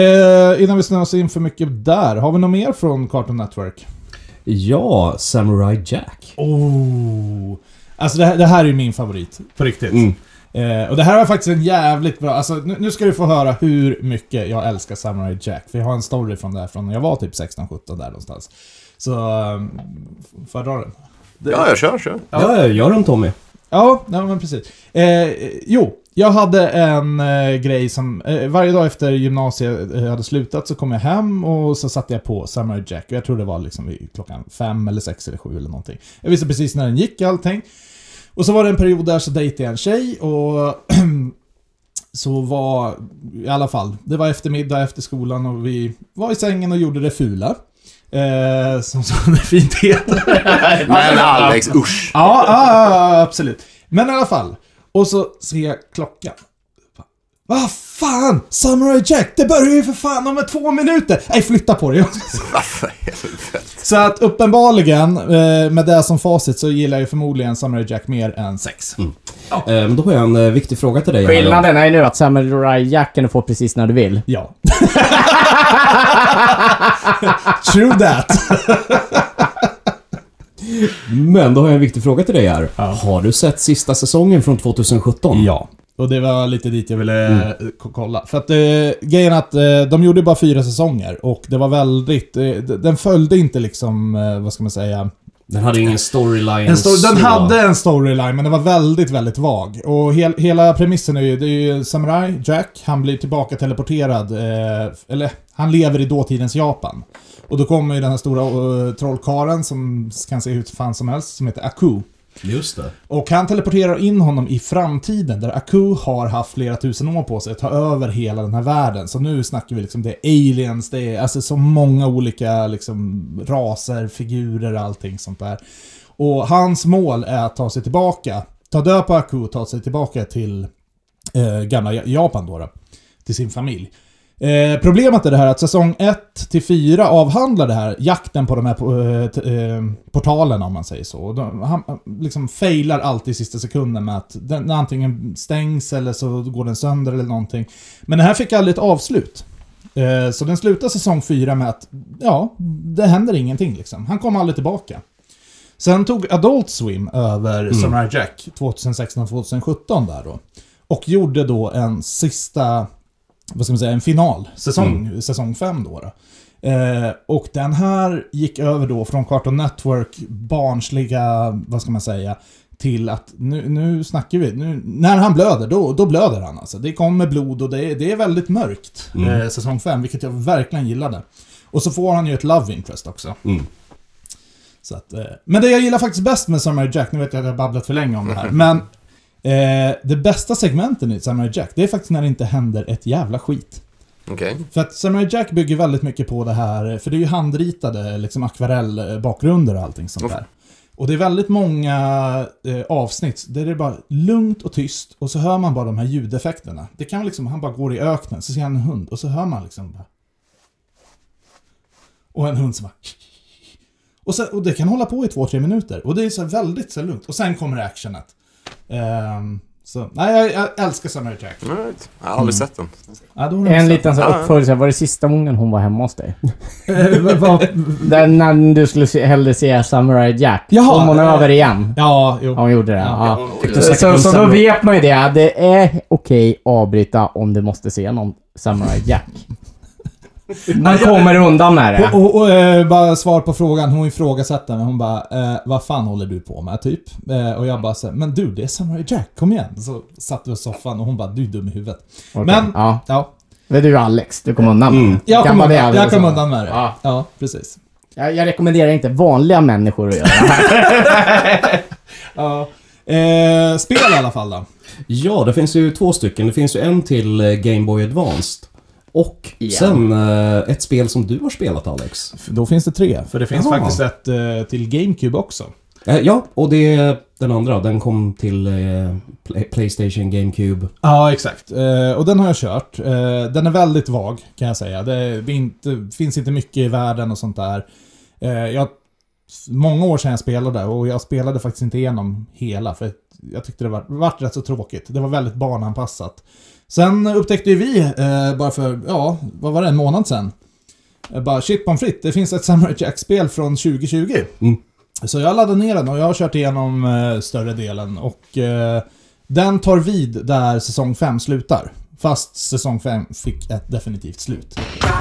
Eh, innan vi snöar oss in för mycket där, har vi något mer från Cartoon Network? Ja, Samurai Jack. Oh, alltså det här, det här är ju min favorit, på riktigt. Mm. Eh, och det här var faktiskt en jävligt bra... Alltså nu, nu ska du få höra hur mycket jag älskar Samurai Jack. För jag har en story från det här från när jag var typ sexton sjutton där någonstans. Så, um, får jag dra den? Det... Ja, jag kör, kör. Ja, ja gör den Tommy. Ja, ja men precis. Eh, jo, jag hade en eh, grej som... Eh, varje dag efter gymnasiet eh, hade slutat så kom jag hem och så satte jag på Samurai Jack. Och jag tror det var liksom vid klockan fem eller sex eller sju eller någonting. Jag visste precis när den gick allting. Och så var det en period där så dejtade jag en tjej och... Så var... I alla fall, det var eftermiddag efter skolan och vi var i sängen och gjorde det fula. Eh, som så det fint heter. Men Alex, usch. Ja, ja, ja, absolut. Men i alla fall. Och så ser jag klockan. Vad fan? Samurai Jack, det börjar ju för fan om två minuter. Nej, flytta på det. Så att uppenbarligen, eh, med det som facit så gillar jag förmodligen Samurai Jack mer än sex. Mm. Ja. Eh, då har jag en eh, viktig fråga till dig. Skillnaden är ju nu att Samurai Jack kan du få precis när du vill. Ja. True that. Men då har jag en viktig fråga till dig här. Ja. Har du sett sista säsongen från tjugosjutton? Ja. Och det var lite dit jag ville mm. kolla. För att eh, grejen att eh, de gjorde bara fyra säsonger. Och det var väldigt... Eh, den följde inte liksom, eh, vad ska man säga... Den hade ingen storyline. En story, den hade en storyline, men den var väldigt, väldigt vag. Och hel, hela premissen är ju, det är ju Samurai Jack. Han blir tillbaka teleporterad. Eh, eller, han lever i dåtidens Japan. Och då kommer ju den här stora uh, trollkaren som kan se ut fan som helst, som heter Aku. Just det. Och han teleporterar in honom i framtiden där Aku har haft flera tusen år på sig att ta över hela den här världen. Så nu snackar vi liksom, det är aliens, det är alltså så många olika liksom raser, figurer och allting sånt där. Och hans mål är att ta sig tillbaka, ta död på Aku och ta sig tillbaka till eh, gamla Japan då, då, till sin familj. Eh, problemet är det här att säsong ett till fyra avhandlar det här jakten på de här eh, eh, portalerna, om man säger så. De, han liksom failar alltid i sista sekunden med att den antingen stängs eller så går den sönder eller någonting. Men det här fick aldrig ett avslut. Eh, så den slutar säsong fyra med att ja, det händer ingenting liksom. Han kom aldrig tillbaka. Sen tog Adult Swim över mm. Samurai Jack tjugosexton tjugosjutton där då. Och gjorde då en sista vad ska man säga, en final, säsong, mm. säsong fem då. då. Eh, och den här gick över då från Cartoon Network barnsliga, vad ska man säga, till att nu, nu snackar vi, nu, när han blöder, då, då blöder han alltså. Det kommer blod och det, det är väldigt mörkt, mm. eh, säsong fem, vilket jag verkligen gillade. Och så får han ju ett love interest också. Mm. Så att, eh, men det jag gillar faktiskt bäst med Samurai Jack, nu vet jag att jag har babblat för länge om det här, men eh, det bästa segmenten i Samurai Jack, det är faktiskt när det inte händer ett jävla skit. Okay. För att Samurai Jack bygger väldigt mycket på det här, för det är ju handritade liksom akvarellbakgrunder och allting sånt där. Och det är väldigt många eh, avsnitt där det är bara lugnt och tyst och så hör man bara de här ljudeffekterna. Det kan liksom, han bara går i öknen, så ser han en hund och så hör man liksom bara... Och en hund som bara... Och, så, och det kan hålla på i två, tre minuter. Och det är så väldigt så lugnt. Och sen kommer actionet. Um, så, nej, jag, jag älskar Samurai Jack. Right. Jag har aldrig mm. sett den. Ja, då har en liten uppföljelse. Var det sista gången hon var hemma hos dig? Där, när du skulle se, hellre se Samurai Jack. Jaha, kom hon äh, över igen? Ja, jo. Ja, hon gjorde det. Ja, ja. Så, så, så då vet man ju det. Det är okej avbryta om du måste se någon Samurai Jack. Man kommer undan med det. Och, och, och äh, bara svar på frågan. Hon ifrågasätter mig. Hon bara, äh, vad fan håller du på med typ? Äh, och jag bara säger, men du, det är Samurai Jack, kom igen. Så satt vi i soffan och hon bara, du är dum i huvudet. Okay. Men, ja. ja. Det är du Alex, du kom undan med mm. det. Jag kom undan, det, jag kom undan med det. Ja, ja precis. Jag, jag rekommenderar inte vanliga människor att göra det här. Ja. Eh, spel i alla fall då. Ja, det finns ju två stycken. Det finns ju en till Game Boy Advanced. Och yeah. sen eh, ett spel som du har spelat, Alex. Då finns det tre. För det finns Jaha. faktiskt ett eh, till GameCube också. Eh, ja, och det är den andra. Den kom till eh, Play- PlayStation, GameCube. Ja, exakt. Eh, och den har jag kört. Eh, den är väldigt vag, kan jag säga. Det, det, inte, det finns inte mycket i världen och sånt där. Eh, jag, många år sedan jag spelade. Och jag spelade faktiskt inte igenom hela. För jag tyckte det var, var rätt så tråkigt. Det var väldigt barnanpassat. Sen upptäckte ju vi, eh, bara för, ja, vad var det, en månad sedan. Eh, bara, shit pommes frites, det finns ett Samurai Jack-spel från tjugo tjugo. Mm. Så jag laddade ner den och jag har kört igenom eh, större delen. Och eh, den tar vid där säsong fem slutar. Fast säsong fem fick ett definitivt slut.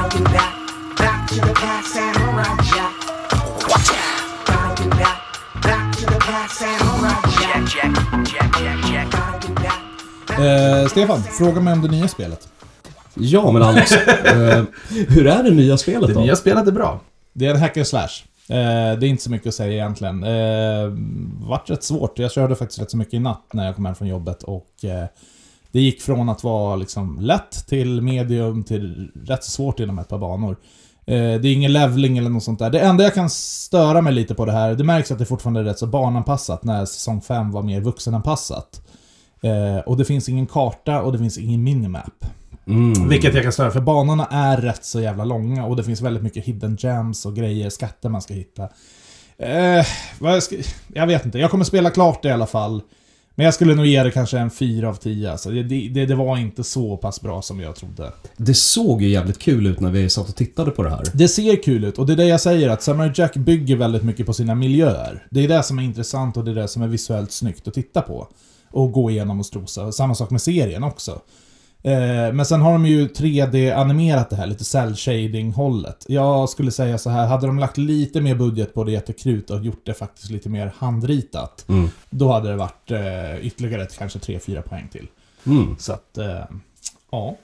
Eh, Stefan, fråga mig om det nya spelet. Ja, men Alex, eh, hur är det nya spelet det då? Det nya spelet är bra. Det är en hack and slash. Eh, det är inte så mycket att säga egentligen. Eh, vart rätt svårt. Jag körde faktiskt rätt så mycket i natt när jag kom hem från jobbet. Och eh, det gick från att vara liksom lätt till medium till rätt så svårt inom ett par banor. Eh, det är ingen leveling eller något sånt där. Det enda jag kan störa mig lite på det här, det märks att det fortfarande är rätt så barnanpassat när säsong fem var mer vuxenanpassat. Eh, och det finns ingen karta och det finns ingen minimap. Mm. Vilket jag kan störa, för banorna är rätt så jävla långa och det finns väldigt mycket hidden gems och grejer, skatter man ska hitta. Eh, vad jag, ska, jag vet inte, jag kommer spela klart det i alla fall. Men jag skulle nog ge det kanske en fyra av tio. Alltså det, det, det var inte så pass bra som jag trodde. Det såg ju jävligt kul ut när vi satt och tittade på det här. Det ser kul ut och det är det jag säger, att Samurai Jack bygger väldigt mycket på sina miljöer. Det är det som är intressant och det är det som är visuellt snyggt att titta på. Och gå igenom och strosa. Samma sak med serien också. Eh, men sen har de ju tre D-animerat det här, lite cell-shading-hållet. Jag skulle säga så här, hade de lagt lite mer budget på det jättekrut och gjort det faktiskt lite mer handritat, mm. då hade det varit eh, ytterligare ett, kanske tre fyra poäng till. Mm. Så att, eh, ja.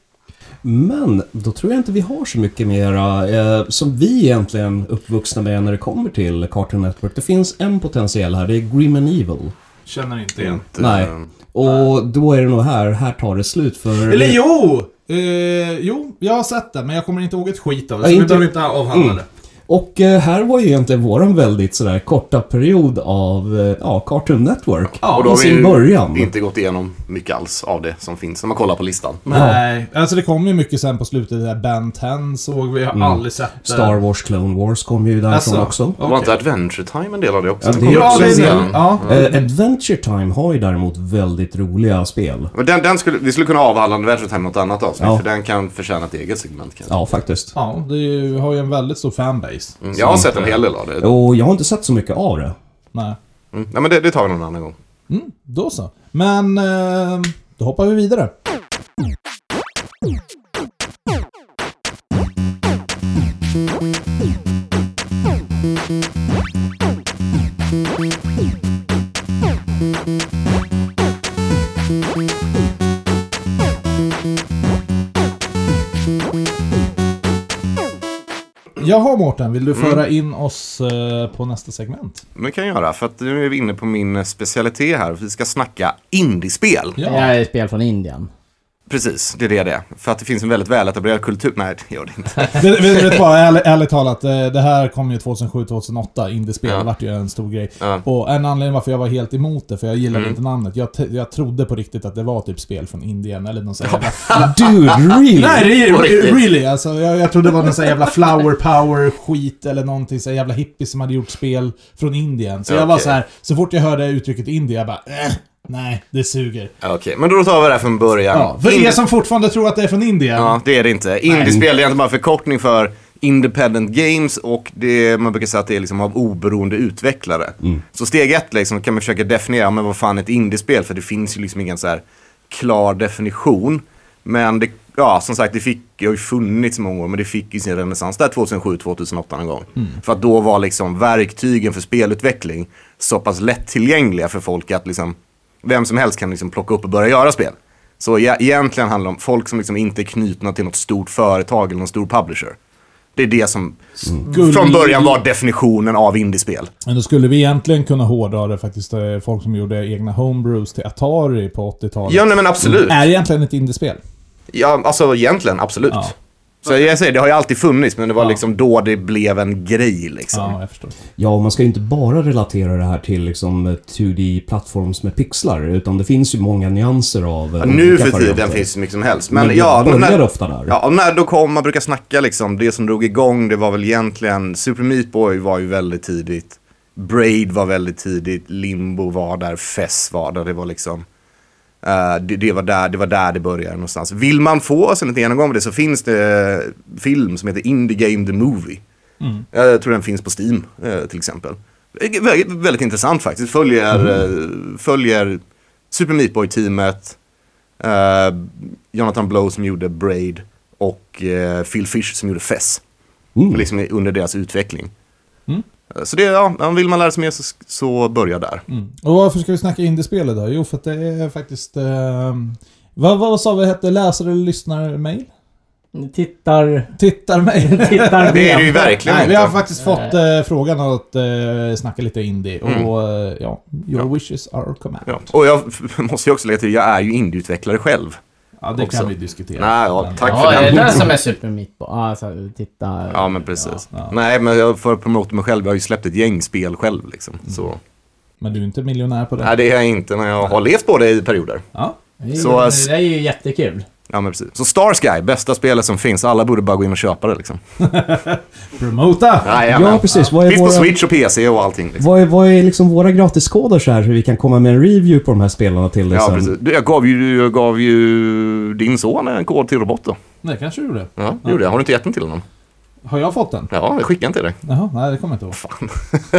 Men då tror jag inte vi har så mycket mera eh, som vi egentligen uppvuxna med när det kommer till Cartoon Network. Det finns en potentiell här, det är Grim and Evil. Känner inte igen. Nej. Och då är det nog här, här tar det slut för... Eller jo! Eh, jo, jag har sett det, men jag kommer inte ihåg ett skit av det. Så inte... vi behöver inte avhandla mm. det. Och eh, här var ju egentligen våran väldigt sådär korta period av eh, ja, Cartoon Network. Ja, och då i har sin vi början. inte gått igenom mycket alls av det som finns när man kollar på listan. Nej, ja. Alltså det kom ju mycket sen på slutet. Där Ben tio såg vi, har mm. aldrig sett det. Star Wars Clone Wars kom ju därifrån alltså, också. Okay. Var inte Adventure Time en del av det också? Ja, det är också det, det. Ja. Mm. Uh, Adventure Time har ju däremot väldigt roliga spel. Men den, den skulle, vi skulle kunna avhandla Adventure Time något annat avsnitt, ja. För den kan förtjäna ett eget segment kanske. Ja, faktiskt. Ja, det har ju en väldigt stor fanbase. Mm. Jag har sett en hel del av det. Och jag har inte sett så mycket av det. Nej. Mm. Nej, men det, det tar vi någon annan gång. Mm, då så. Men eh, då hoppar vi vidare. Jaha Mårten, vill du föra mm. in oss uh, på nästa segment? Det kan jag göra, för att nu är vi inne på min specialitet här. Vi ska snacka indiespel. Ja. Det är spel från Indien. Precis, det är det det är. För att det finns en väldigt väletablerad kultur. Nej, det gör det inte. vet, vet, vet vad, ärligt, ärligt talat, det här kom ju tjugohundrasju tjugohundraåtta, indiespel, ja. Det vart ju en stor grej. Ja. Och en anledning varför jag var helt emot det, för jag gillade mm. inte namnet. Jag, t- jag trodde på riktigt att det var typ spel från Indien, eller någon sån jävla... Dude, really? Nej, re- really, alltså, jag, jag trodde det var någon sån jävla flower power skit, eller någonting så jävla hippie som hade gjort spel från Indien. Så jag okay. var så här, så fort jag hörde uttrycket Indien, jag bara... Äh. Nej, det suger. Okej, okay, men då tar vi det här från början. Ja, för Indi- er som fortfarande tror att det är från Indien. Ja, det är det inte. Indiespel är egentligen bara förkortning för Independent Games, och det, man brukar säga att det är liksom av oberoende utvecklare. Mm. Så steg ett liksom, kan man försöka definiera, men vad fan är ett indiespel? För det finns ju liksom ingen så här klar definition. Men det, ja, som sagt, det fick ju funnits många år, men det fick ju sin renässans där tjugohundrasju tjugohundraåtta någon gång. Mm. För att då var liksom verktygen för spelutveckling så pass lättillgängliga för folk att liksom vem som helst kan liksom plocka upp och börja göra spel. Så ja, egentligen handlar det om folk som liksom inte är knutna till något stort företag eller någon stor publisher. Det är det som mm. från början var definitionen av indiespel. Men då skulle vi egentligen kunna hårdra det faktiskt. Folk som gjorde egna homebrews till Atari på åttiotalet. Ja, nej, men absolut. Mm. Är egentligen ett indiespel? Ja, alltså egentligen, absolut. Ja. Så jag säger, det har ju alltid funnits, men det var ja. liksom då det blev en grej liksom. Ja, jag förstår. Ja, och man ska ju inte bara relatera det här till liksom två D-plattforms med pixlar, utan det finns ju många nyanser av... Ja, nu för tiden finns det mycket som helst. Men, men ja, när, ofta där. Ja, och när då kom man brukar snacka liksom, det som drog igång, det var väl egentligen, Super Meat Boy var ju väldigt tidigt, Braid var väldigt tidigt, Limbo var där, Fess var där, det var liksom... Uh, det, det, var där, det var där det började någonstans. Vill man få oss en liten genomgång med det, så finns det film som heter Indie Game The Movie. Mm. Jag tror den finns på Steam uh, till exempel. Väldigt, väldigt intressant faktiskt. Följer, mm. uh, följer Super Meat Boy-teamet, uh, Jonathan Blow som gjorde Braid och uh, Phil Fish som gjorde Fess. Mm. Liksom under deras utveckling. Mm. Så det, ja, vill man lära sig mer så, så börja där. Mm. Och varför ska vi snacka indiespelet då? Jo, för att det är faktiskt... Eh, vad, vad sa vi hette? Läsare eller lyssnar-mail? Tittar... Tittar-mail. Tittar det är det ju verkligen. Nej, vi har faktiskt fått eh, frågan att eh, snacka lite indie. Mm. Och eh, ja, your ja. wishes are command. Ja. Och jag måste ju också lägga till, jag är ju indieutvecklare själv. Ja, det också. Kan vi diskutera. Nej, ja, tack ja, för det. Ja, det är som är Super Meat Boy. Ja, alltså, titta. Ja, men precis. Ja, ja. Nej, men jag får promota mig själv. Jag har ju släppt ett gäng spel själv, liksom. Mm. Så. Men du är inte miljonär på det? Nej, det är jag inte, men jag har levt på det i perioder. Ja. Det är, så, det är ju jättekul. Ja, men precis. Så Starsky, bästa spelet som finns. Alla borde bara gå in och köpa det, liksom. Promota! Ja, ja, precis. Vad är finns våra... på Switch och P C och allting. Liksom. Vad är, vad är liksom våra gratiskoder så här, hur vi kan komma med en review på de här spelarna till? Liksom? Ja, precis. Jag gav ju, jag gav ju din son en kod till Robot då. Nej, kanske du gjorde. Ja, det ja. gjorde jag. Har du inte gett den till honom? Har jag fått den? Ja, jag skickade den till dig. Jaha, nej, det kommer jag inte ihåg. Fan.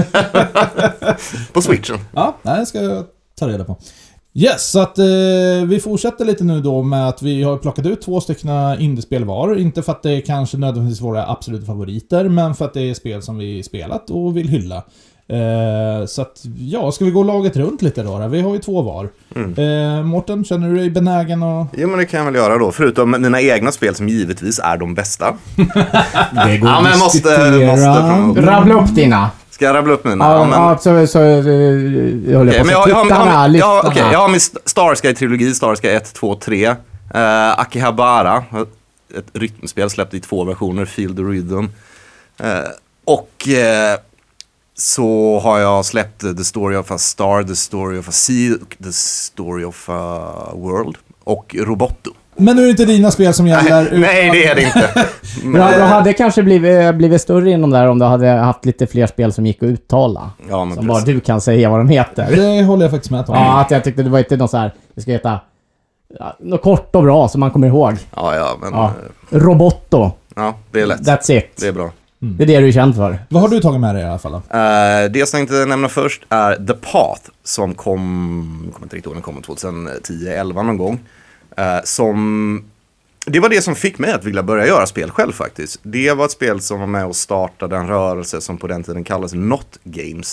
På Switchen. Ja, nej, det ska jag ta reda på. Yes, så att eh, vi fortsätter lite nu då med att vi har plockat ut två stycken indiespel var. Inte för att det är kanske nödvändigtvis våra absoluta favoriter, men för att det är spel som vi spelat och vill hylla. Eh, så att, ja, ska vi gå laget runt lite då? Vi har ju två var. Mm. Eh, Mårten, känner du dig benägen att... Jo, men det kan jag väl göra då. Förutom mina egna spel som givetvis är de bästa. Det går ja, men jag måste, måste rabbla upp dina. Ska jag rabbla upp mina? Ja, ja, men... ja så, så jag håller okay, på men att jag, titta här, jag, okay, jag har min Starsky-trilogi, Starsky ett, två, tre. Uh, Akihabara, ett rytmspel släppt i två versioner, Feel the Rhythm. Uh, och uh, så har jag släppt The Story of a Star, The Story of a Sea, The Story of a World och Roboto. Men nu är det inte dina spel som gäller. Nej, nej det är det inte. Men... Bra, då hade kanske blivit, blivit större inom där om du hade haft lite fler spel som gick att uttala. Ja, men som precis. Bara du kan säga vad de heter. Det håller jag faktiskt med om. Ja, att jag tyckte det var inte något så här, det ska heta ja, något kort och bra som man kommer ihåg. Ja, ja, men... Ja. Roboto. Ja, det är lätt. That's it. Det är bra. Mm. Det är det du är känd för. Vad har du tagit med dig i alla fall då? Uh, det jag tänkte nämna först är The Path som kom, jag kommer inte riktigt ihåg, den kom tjugohundratio elva någon gång. Uh, som, det var det som fick mig att vilja börja göra spel själv faktiskt. Det var ett spel som var med och startade en rörelse som på den tiden kallades Not Games.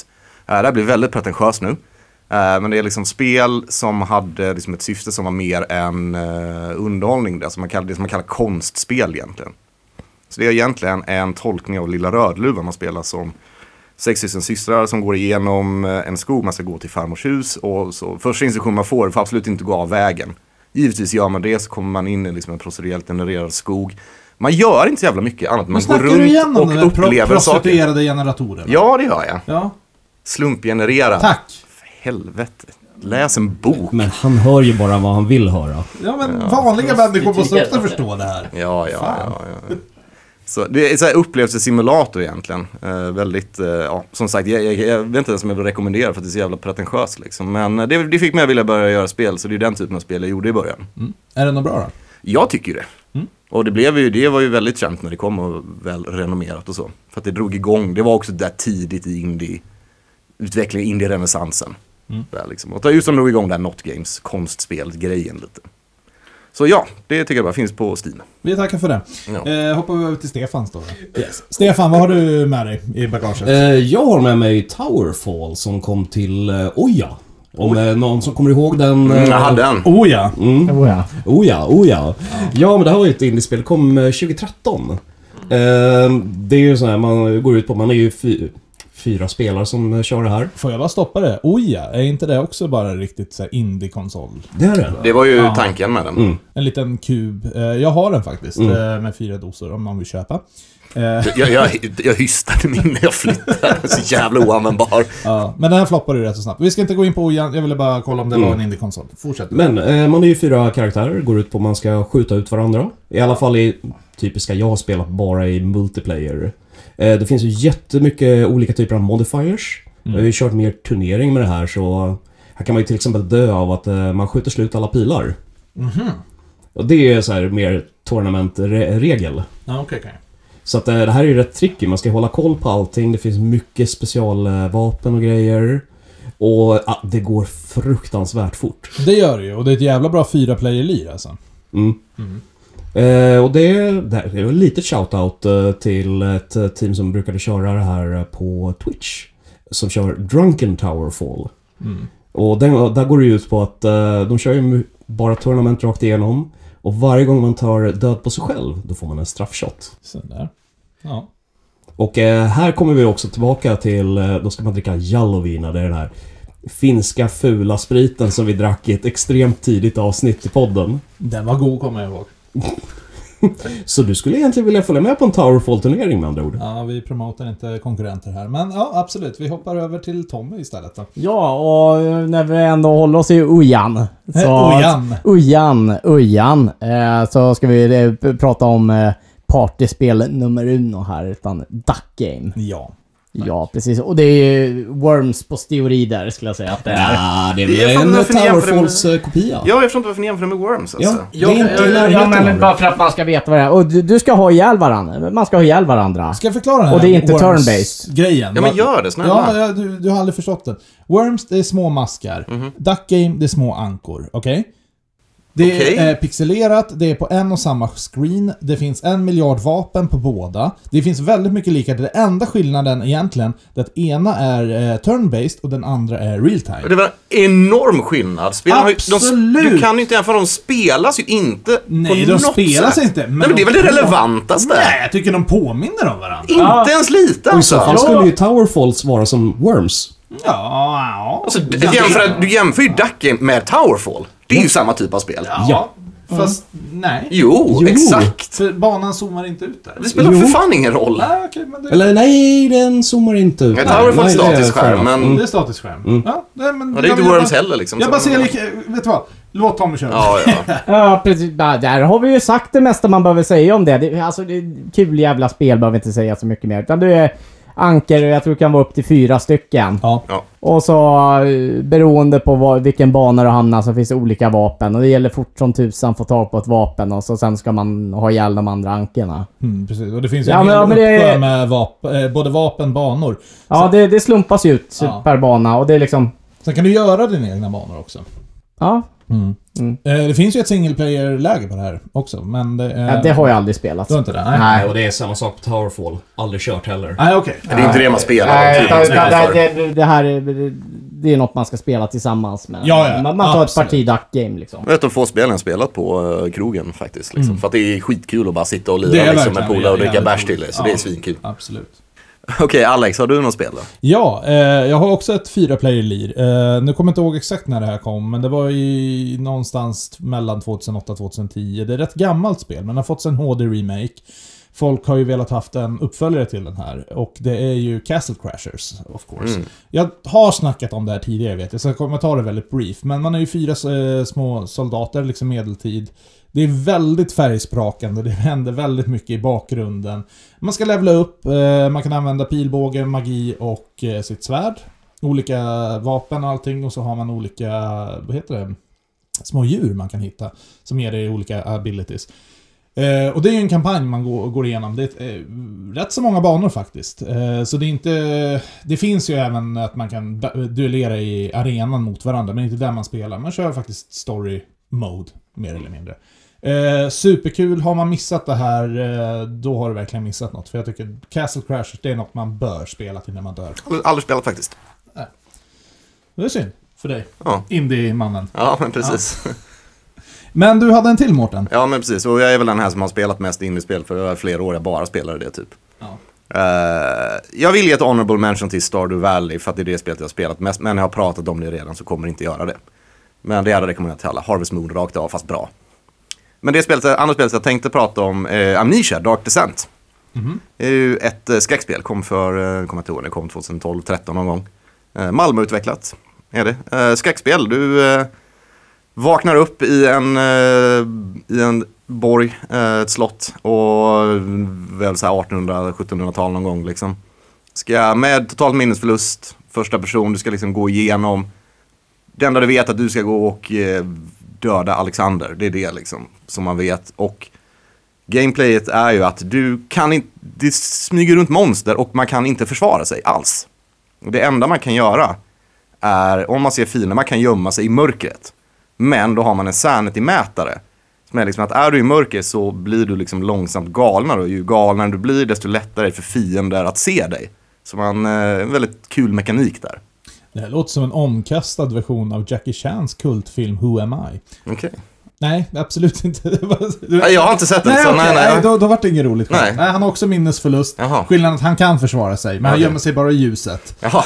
Uh, det här blir väldigt pretentiöst nu. Uh, men det är liksom spel som hade liksom ett syfte som var mer än uh, underhållning. Det som, man kallar, det som man kallar konstspel egentligen. Så det är egentligen en tolkning av Lilla Rödluvan. Man spelar som sex stycken systrar som går igenom en skog. Man ska gå till farmors hus. Och så, första instruktionen man får får absolut inte gå av vägen. Givetvis gör man det så kommer man in i liksom en procedurellt genererad skog. Man gör inte så jävla mycket annat. Man går runt och upplever pro- saker. Prostituerade generatorer. Ja, det gör jag. Ja. Slumpgenerera. Tack. För helvete. Läs en bok. Men han hör ju bara vad han vill höra. Ja, men ja. vanliga människor måste också förstå det här. Ja, ja, ja, ja. Så det är så här upplevelsesimulator egentligen. Eh, väldigt, eh, ja, som sagt, jag, jag, jag vet inte ens om jag vill rekommendera för att det är så jävla pretentiöst liksom. Men det, det fick mig att vilja börja göra spel, så det är den typen av spel jag gjorde i början. Mm. Är det något bra då? Jag tycker det. Mm. Och det, blev ju, det var ju väldigt känt när det kom och väl renommerat och så. För att det drog igång, det var också där tidigt i indie utvecklingen, indie-renässansen. Mm. Där liksom. Och just som drog igång där Not Games, konstspel-grejen lite. Så ja, det tycker jag bara finns på Steam. Vi tackar för det. Ja. Eh, hoppar vi över till Stefans då. Yes. Stefan, vad har du med dig i bagaget? Eh, jag har med mig Towerfall som kom till eh, Oja. Om eh, någon som kommer ihåg den... Eh, mm, jag hade den. Oh ja. Mm. Oh ja. Oh ja, oh ja. Ja, men det här var ju ett indiespel. Det kom eh, tjugohundratretton. Eh, det är ju så här, man går ut på... Man är ju fy, fyra spelare som eh, kör det här. Får jag bara stoppa det? Oh ja, är inte det också bara riktigt så här indie-konsol? Det är det. Det var ju Ja. tanken med den. Mm. En liten kub. Eh, jag har den faktiskt. Mm. Eh, med fyra doser om någon vill köpa. Eh, Jag, jag, jag hystade min när jag flyttade. Den är så jävla oanvändbar. ja, men den här floppade ju rätt så snabbt. Vi ska inte gå in på oh ja. Jag ville bara kolla om det Mm. var en indie-konsol. Fortsätt. Men eh, man är ju fyra karaktärer. Går ut på att man ska skjuta ut varandra. I alla fall i typiska jag har spelat bara i multiplayer. Eh, det finns ju jättemycket olika typer av modifiers. Mm. Jag har ju kört mer turnering med det här, så här kan man ju till exempel dö av att eh, man skjuter slut alla pilar. Mhm. Och det är så här mer tournamentregel. Ja, okej, okej. Så att eh, det här är ju rätt tricky. Man ska hålla koll på allting. Det finns mycket specialvapen och grejer. Och ah, det går fruktansvärt fort. Det gör det ju. Och det är ett jävla bra fyra-player-lir alltså. Mm. Mm. Eh, och det är, det är ett litet shoutout eh, till ett eh, team som brukade köra det här på Twitch. Som kör Drunken Towerfall. Mm. Och den, där går det ut på att eh, de kör ju bara tournament rakt igenom. Och varje gång man tar död på sig själv, då får man en straffshot. Så där. Ja. Och eh, här kommer vi också tillbaka till, eh, då ska man dricka Jallovina, det är den här finska fula spriten som vi drack i ett extremt tidigt avsnitt i podden. Den var god, kommer jag ihåg. Så du skulle egentligen vilja följa med på en Towerfall-turnering med andra ord? Ja, vi promotar inte konkurrenter här. Men ja, absolut. Vi hoppar över till Tommy istället då. Ja, och när vi ändå håller oss i Ojan. Så, Eh, Ojan. Ojan, Ojan. Eh, så ska vi eh, prata om eh, partyspel nummer uno här, utan Duck Game. Ja. Ja, precis. Och det är ju Worms på teori där, skulle jag säga att det är. Ja, det är Det är väl fan en varför ni jämför det med- Towerfalls-kopia. Ja, jag förstår inte varför ni jämför med Worms alltså. Ja, det är inte i Ja, närheten men av det. bara för att man ska veta vad det är. Och du, du ska ha ihjäl varandra. Man ska ha ihjäl varandra. Ska jag förklara den här Och det är inte Worms turn-based. grejen? Ja, men gör det, snälla. Ja, ja du, du har aldrig förstått den. Worms, det är små maskar. Mhm. Duck Game, det är små ankor. Okej? Det Okej. är pixelerat, det är på en och samma screen. Det finns en miljard vapen på båda. Det finns väldigt mycket lika. Det enda skillnaden egentligen är att ena är eh, turn-based och den andra är real-time. Det var en enorm skillnad. Spelarna har ju- de, Absolut. du kan ju inte jämföra, de spelas ju inte Nej, på de något spelas sätt. inte. Men, Nej, men det är väl det relevantaste? Nej, jag tycker de påminner om varandra. Inte ens lite Och i så alltså. fall skulle ju Towerfalls vara som Worms. Ja, ja. Alltså, du, jämför, du jämför ju Duck Game med Towerfall. Det är ju samma typ av spel. Ja. Fast, nej. Jo, Jo. exakt. För banan zoomar inte ut där. Det spelar Jo. för fan ingen roll. Nej, okej, men det... Eller nej, den zoomar inte ut. Nej, Towerfall är Nej, det statisk skärm, fair men- enough. Det är statisk skärm. Mm. Ja, nej, men... Ja, det är jag inte vill Worms bara- heller liksom. Jag så- bara ser lika... Vet du vad? Låt Tommy köra. Ja, ja. Ja, precis. Ja, där har vi ju sagt det mesta man behöver säga om det. det alltså, det är kul jävla spel, behöver vi inte säga så mycket mer. Utan det är anker, jag tror det kan vara upp till fyra stycken. Ja. Ja. Och så eh, beroende på vad, vilken bana du hamnar så finns det olika vapen. Och det gäller fort som tusan att få tag på ett vapen. Och så sen ska man ha ihjäl de andra ankerna. Mm, precis. Och det finns ju Ja, en men- hel ja, men det- uppsjö med vap- eh, både vapen, banor. Ja, det, det slumpas ju ut Ja. per bana. Och det är liksom... Sen kan du göra dina egna banor också. Ja. Mm. Mm. Det finns ju ett single player-läge på det här också, men det, ja, det har jag aldrig spelat. Du har inte det? Nej. Nej, och det är samma sak på Towerfall. Aldrig kört heller. Nej, okej. Okay. Det är inte det man spelar. Nej, det, det, det här är, det är något man ska spela tillsammans med. Ja, ja. Man, man tar ett parti duck-game liksom. Jag vet att få spelen jag spelat på uh, krogen faktiskt. Liksom. Mm. För att det är skitkul att bara sitta och det lira liksom, med polare och dricka bärs till det. Så ja, det är svinkul. Absolut. Okej, okay, Alex, har du något spel då? Ja, eh, jag har också ett fyra-player-lir. Eh, nu kommer jag inte ihåg exakt när det här kom, men det var i någonstans mellan tjugohundraåtta och tjugohundratio. Det är ett rätt gammalt spel, men det har fått en H D-remake. Folk har ju velat haft en uppföljare till den här, och det är ju Castle Crashers, of course. Mm. Jag har snackat om det här tidigare, vet jag, så jag kommer ta det väldigt brief. Men man är ju fyra eh, små soldater, liksom medeltid. Det är väldigt färgsprakande, det händer väldigt mycket i bakgrunden. Man ska levela upp, eh, man kan använda pilbåge, magi och eh, sitt svärd. Olika vapen och allting, och så har man olika, vad heter det, små djur man kan hitta som ger dig olika abilities. Eh, och det är ju en kampanj man går, går igenom. Det är eh, rätt så många banor faktiskt. Eh, så det är inte, det finns ju även att man kan duellera i arenan mot varandra, men inte där man spelar. Man kör faktiskt story mode, mer eller mindre. Eh, superkul. Har man missat det här, eh, då har du verkligen missat något. För jag tycker Castle Crashers, det är något man bör spela till när man dör. Aldrig spelat faktiskt. Nej. Det är synd för dig. Ja. Indie-mannen. Ja, men precis. Ja. Men du hade en till, Mårten. Ja, men precis. Och jag är väl den här som har spelat mest indie-spel, för jag har flera år jag bara spelade det typ. Ja. Uh, jag vill ge ett honorable mention till Stardew Valley, för att det är det spelet jag har spelat mest. Men jag har pratat om det redan, så kommer inte göra det. Men det hade rekommenderat till alla. Harvest Moon rakt av, fast bra. Men det spelet, andra spelet jag tänkte prata om är Amnesia, Dark Descent. Mm-hmm. Det är ju ett uh, skräckspel, kom för, uh, kommer jag ihåg, det kom tjugohundratolv tretton någon gång. Uh, Malmö-utvecklat är det. Uh, skräckspel, du uh, vaknar upp i en, uh, i en borg, uh, ett slott, och väl så här artonhundra sjuttonhundra-tal någon gång liksom. Ska med totalt minnesförlust, första person, du ska liksom gå igenom. Det enda du vet är att du ska gå och uh, döda Alexander, det är det liksom som man vet. Och gameplayet är ju att du kan inte, det smyger runt monster och man kan inte försvara sig alls. Och det enda man kan göra är, om man ser fiender, man kan gömma sig i mörkret. Men då har man en sanity-mätare som är liksom att är du i mörker så blir du liksom långsamt galnare, och ju galnare du blir desto lättare är det för fiender att se dig. Så man, en väldigt kul mekanik där. Det här låter som en omkastad version av Jackie Chans kultfilm Who Am I? Okej. Okay. Nej, absolut inte. Nej, jag har inte sett den. Nej, så okay. nej, nej. nej då, då var det inget roligt. Nej. nej, han har också minnesförlust. Jaha. Skillnaden att han kan försvara sig, men okay. han gömmer sig bara i ljuset. Jaha.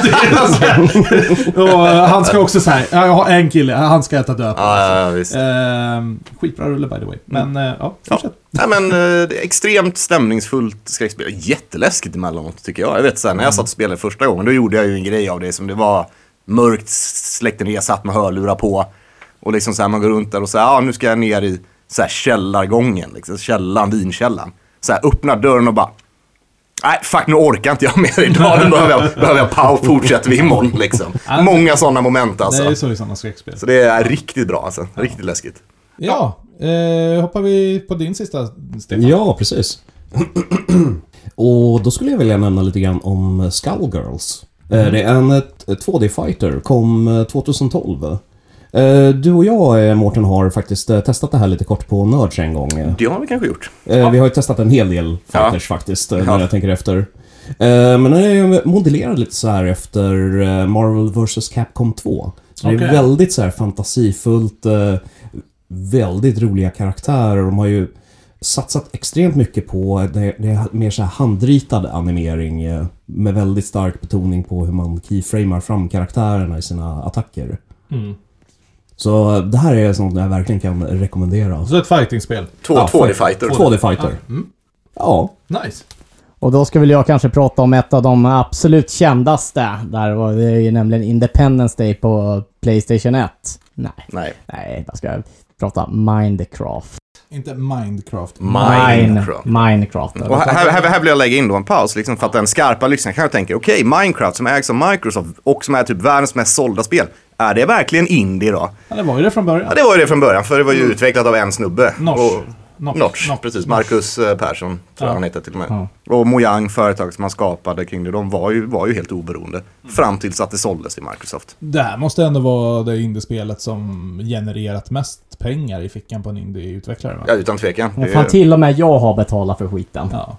Och han ska också säga, jag har en kille, han ska äta död på. Ja, ja, visst. Ehm, skitbra rulle by the way. Men mm. ja, fortsätt. Ja. Nej, men det är extremt stämningsfullt skräckspel. Jätteläskigt emellanåt tycker jag. Jag vet så här, när jag satt och spelade första gången, då gjorde jag ju en grej av det som det var mörkt, släckte ner, satt med hörlurar på. Och liksom så här, man går runt där och säger, ja nu ska jag ner i så här källargången, liksom, källan, vinkällan. Så här, öppnar dörren och bara, nej fuck, nu orkar inte jag mer idag, nu behöver jag, behöver jag paus, fortsätter vi imorgon liksom. Många sådana moment alltså. Det är så i sådana skräckspel. Så det är riktigt bra alltså, riktigt läskigt. Ja, eh, hoppar vi på din sista, Stefan? Ja, precis. Och då skulle jag vilja nämna lite grann om Skullgirls. Mm. Det är en två D-fighter, kom tjugotolv. Du och jag, Mårten, har faktiskt testat det här lite kort på Nerds en gång. Det har vi kanske gjort. Vi har ju testat en hel del fighters ja. faktiskt, när ja. jag tänker efter. Men den är modellerad lite så här efter Marvel versus. Capcom två. Så okay. det är väldigt så här fantasifullt, väldigt roliga karaktärer. De har ju satsat extremt mycket på det, det är mer så här handritad animering med väldigt stark betoning på hur man keyframar fram karaktärerna i sina attacker. Mm. Så det här är sånt jag verkligen kan rekommendera. Så ett fightingspel? Två, ja, två D-fighter. två D-fighter. Ja. Mm. ja. Nice. Och då ska väl jag kanske prata om ett av de absolut kändaste. Där var det ju nämligen Independence Day på PlayStation ett. Nej. Nej. Nej, jag ska prata Minecraft. Inte Minecraft. Minecraft. Minecraft. Och här, här, här vill jag lägga in då en paus liksom, för att den skarpa lyssnaren kanske tänker, okej, okay, Minecraft som ägs av Microsoft och som är typ världens mest sålda spel, är det verkligen indie då? Ja, det var ju det från början. Ja, det var ju det från början, för det var ju mm. utvecklat av en snubbe. Nors. Och, Notch, Notch, Notch. precis. Marcus eh, Persson tror Ja. jag han heter till och med. Ja. Och Mojang, företag som man skapade kring det, de var ju, var ju helt oberoende. Fram tills att det såldes till Microsoft. Det här måste ändå vara det indiespelet som genererat mest pengar i fickan på en indie-utvecklare, va? Ja, utan tvekan. Men Det fan, är- till och med jag har betalat för skiten. Ja.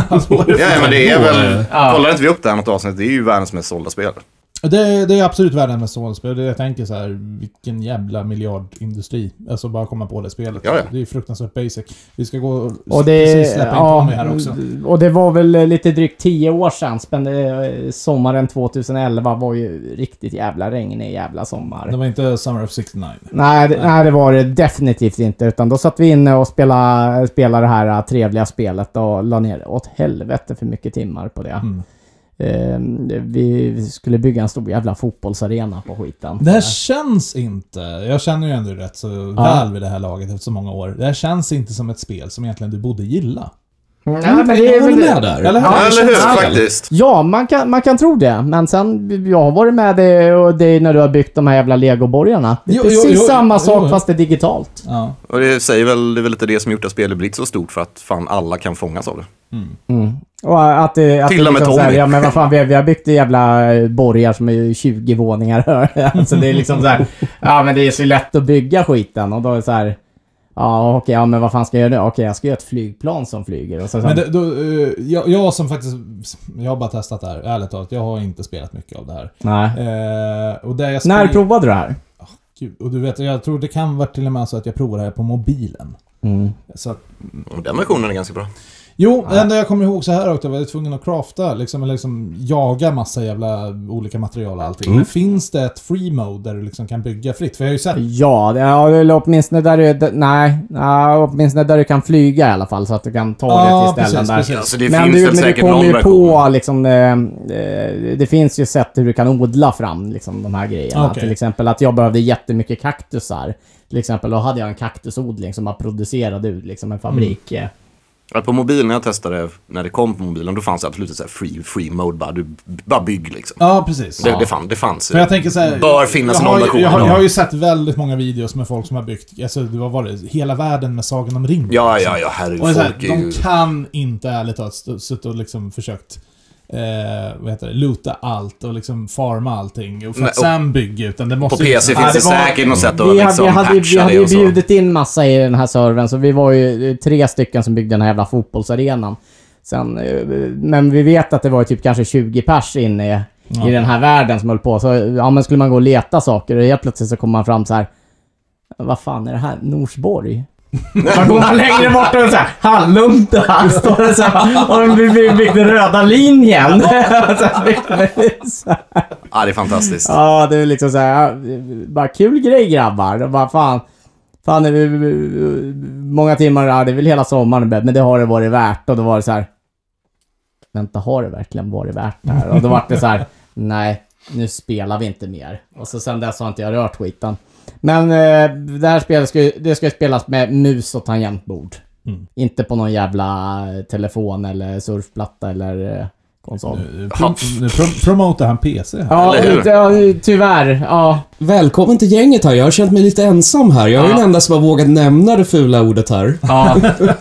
Ja, men det är väl... Ja. Kollar inte vi upp det här något avsnitt, det är ju världens mest sålda spel. Det, det är absolut världens mest sålda spel. Det jag tänker så här, vilken jävla miljardindustri. Alltså bara komma på det spelet. Ja, ja. Det är ju fruktansvärt basic. Vi ska gå och, Och det, precis släppa in ja, Tommy här också. och det var väl lite drygt tio år sedan. Spände, sommaren tjugoelva var ju riktigt jävla regnig jävla sommar. Det var inte Summer of sextionio. Nej, det, nej, det var det definitivt inte. Utan då satt vi inne och spelade, spelade det här trevliga spelet och la ner åt helvete för mycket timmar på det. Mm. Eh, vi skulle bygga en stor jävla fotbollsarena på skiten. Det här känns inte... Jag känner ju ändå rätt så väl vid det här laget efter så många år. Det här känns inte som ett spel som egentligen du borde gilla. Mm, nej, men det är Jag håller väl- med där. Eller hur? Ja, det eller hur? känns- Faktiskt. Ja, man kan, man kan tro det. Men sen, jag har varit med det och det är när du har byggt de här jävla legoborgarna. Det är Jo, precis jo, jo, samma jo, sak jo. fast det är digitalt. Ja. Och det säger väl, det är väl lite det som gjort att spelet blivit så stort, för att fan alla kan fångas av det. Mm. Och att det, att Till det och med liksom så här, Tommy. ja men vad fan, vi, vi har byggt jävla borgar som är tjugo våningar höga. Alltså det är liksom så här, ja men det är så lätt att bygga skiten och då är det så här, ja okej, ja men vad fan ska jag göra nu? Okej, jag ska göra ett flygplan som flyger. Och så, så, Men det, då, eh, jag, jag som faktiskt... Jag har bara testat det här, ärligt talat. Jag har inte spelat mycket av det här. nej. Eh, och där jag När spel- provade du det här? Gud, och du vet, jag tror det kan vara till och med så att jag provar det här på mobilen. Mm. Så att, Och den versionen är ganska bra. jo, det enda jag kommer ihåg så här också var jag tvungen att crafta, liksom, eller liksom jaga massa jävla olika material och allting. Mm. Men finns det ett free mode där du liksom kan bygga fritt? För jag har ju sett... Ja, det, ja, eller åtminstone där du, d- nej, ja, åtminstone där du kan flyga i alla fall så att du kan ta Ja, det till ställen precis, där. precis. Alltså det Men finns du, väl men du säkert kommer någon ju version. på liksom, eh, eh, det finns ju sätt hur du kan odla fram liksom, de här grejerna. Okej. Till exempel att jag behövde jättemycket kaktusar. Till exempel då hade jag en kaktusodling som var producerad ur liksom, en fabrik. Mm. eh. Ja, på mobilen när jag testade, när det kom på mobilen, då fanns det absolut ett så här free, free mode, bara, du, bara bygg liksom. Ja, precis. Det, det, fann, det fanns. För jag tänker så här, bör finnas jag någon har, ju- version. jag, har, jag idag. har ju sett väldigt många videos med folk som har byggt, alltså det var, var det, hela världen med Sagan om ringen. Ja, liksom. ja, ja, herregud. Och det är så här, Folk är ju... de kan inte ärligt talat stå- suttit och liksom försökt eh, vad heter det, loota allt och liksom farma allting och för Nej, att och- sen bygga, utan det måste På P C ju- finns Ja, det, det var- säkert något sätt att Vi hade, liksom vi hade, vi patcha hade det ju och så. bjudit in massa i den här servern så vi var ju eh, tre stycken som byggde den här jävla fotbollsarenan. Sen, eh, men vi vet att det var ju typ kanske tjugo pers inne i, Ja. i den här världen som höll på. Så ja, men skulle man gå och leta saker och helt plötsligt så kommer man fram så här. Vad fan är det här? Norsborg? Man går man längre bort och så här, Hallunda, står det så här, och vi vi byggde röda linjen. Så här, byggde vi så här. Ja, det är fantastiskt. Ja, det är liksom så här, ja, bara kul grej grabbar. Och bara fan, fan det är, många timmar, ja, det är väl hela sommaren, men det har det varit värt. Och då var det så här, vänta, har det verkligen varit värt det här? Och då var det så här, nej, nu spelar vi inte mer. Och så sen dess har inte jag rört skiten. Men eh, det här spelet ska ju, det ska ju spelas med mus och tangentbord. Mm. Inte på någon jävla telefon eller surfplatta eller eh, konsol. Nu, pro, nu pro, promotar han P C här. Ja, Eller hur? ja, tyvärr. Ja. Välkommen till gänget här. Jag har känt mig lite ensam här. Jag är Ja. den enda som har vågat nämna det fula ordet här. Ja.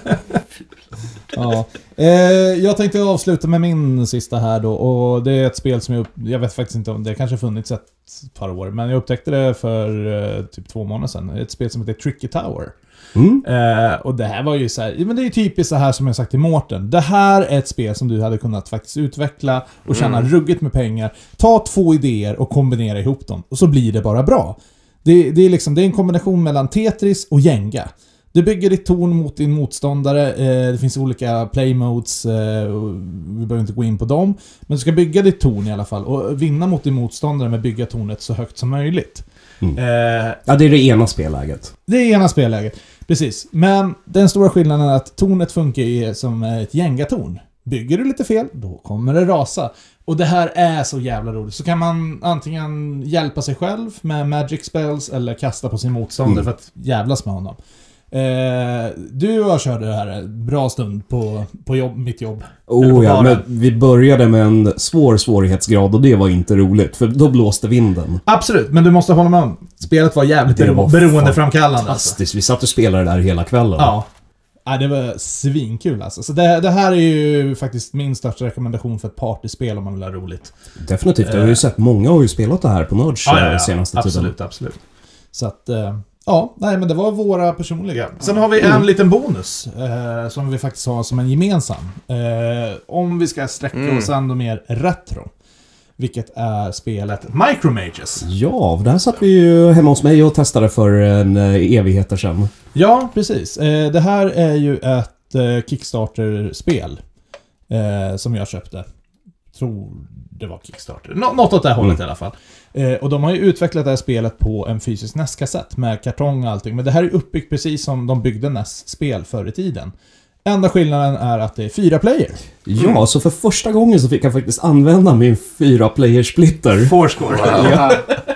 Ja. Eh, jag tänkte avsluta med min sista här då, och det är ett spel som jag, upp, jag vet faktiskt inte om det kanske funnits ett par år, men jag upptäckte det för eh, typ två månader sedan. Ett spel som heter Tricky Tower. Mm. Eh, och det här var ju så här, men det är ju typiskt så här som jag sagt till Mårten. Det här är ett spel som du hade kunnat faktiskt utveckla och tjäna ruggigt med pengar. Ta två idéer och kombinera ihop dem, och så blir det bara bra. Det, det är liksom, det är en kombination mellan Tetris och Jenga. Du bygger ditt torn mot din motståndare. Eh, det finns olika playmodes. Eh, och vi behöver inte gå in på dem. Men du ska bygga ditt torn i alla fall. Och vinna mot din motståndare med att bygga tornet så högt som möjligt. Mm. Eh, Ja, det är det ena spelläget. det är ena spelläget. Precis. Men den stora skillnaden är att tornet funkar ju som ett Jenga-torn. Bygger du lite fel, då kommer det rasa. Och det här är så jävla roligt. Så kan man antingen hjälpa sig själv med magic spells eller kasta på sin motståndare Mm. för att jävlas med honom. Eh, du och jag körde det här en bra stund på, på jobb, mitt jobb. Eller på Oh ja, baren. men vi började med en svår svårighetsgrad och det var inte roligt, för då blåste vinden. Absolut, men du måste hålla med om. Spelet var jävligt Det bero- var beroendeframkallande. Alltså. Fantastiskt, vi satt och spelade där hela kvällen. Ja. Ja, det var svinkul alltså. Så det, det här är ju faktiskt min största rekommendation för ett partyspel om man vill ha roligt. Definitivt, jag har ju sett många har ju spelat det här på Nerds ja, ja, ja. senaste absolut, tiden. Absolut, absolut. Så att, ja, nej men det var våra personliga. Sen har vi en mm. liten bonus eh, som vi faktiskt har som en gemensam. Eh, om vi ska sträcka mm. oss ändå mer retro. Vilket är spelet Micromages. Ja, där satt vi ju hemma hos mig och testade för en evigheter sedan. Ja, precis. Eh, det här är ju ett eh, Kickstarter-spel eh, som jag köpte. Tror det var Kickstarter. Nå- något åt det här hållet mm. i alla fall. Eh, och de har ju utvecklat det här spelet på en fysisk N E S-kassett med kartong och allting. Men det här är uppbyggt precis som de byggde N E S-spel förr i tiden. Enda skillnaden är att det är fyra player. Ja, mm. så för första gången så fick jag faktiskt använda min fyra player splitter. Fourscore. Wow. Ja.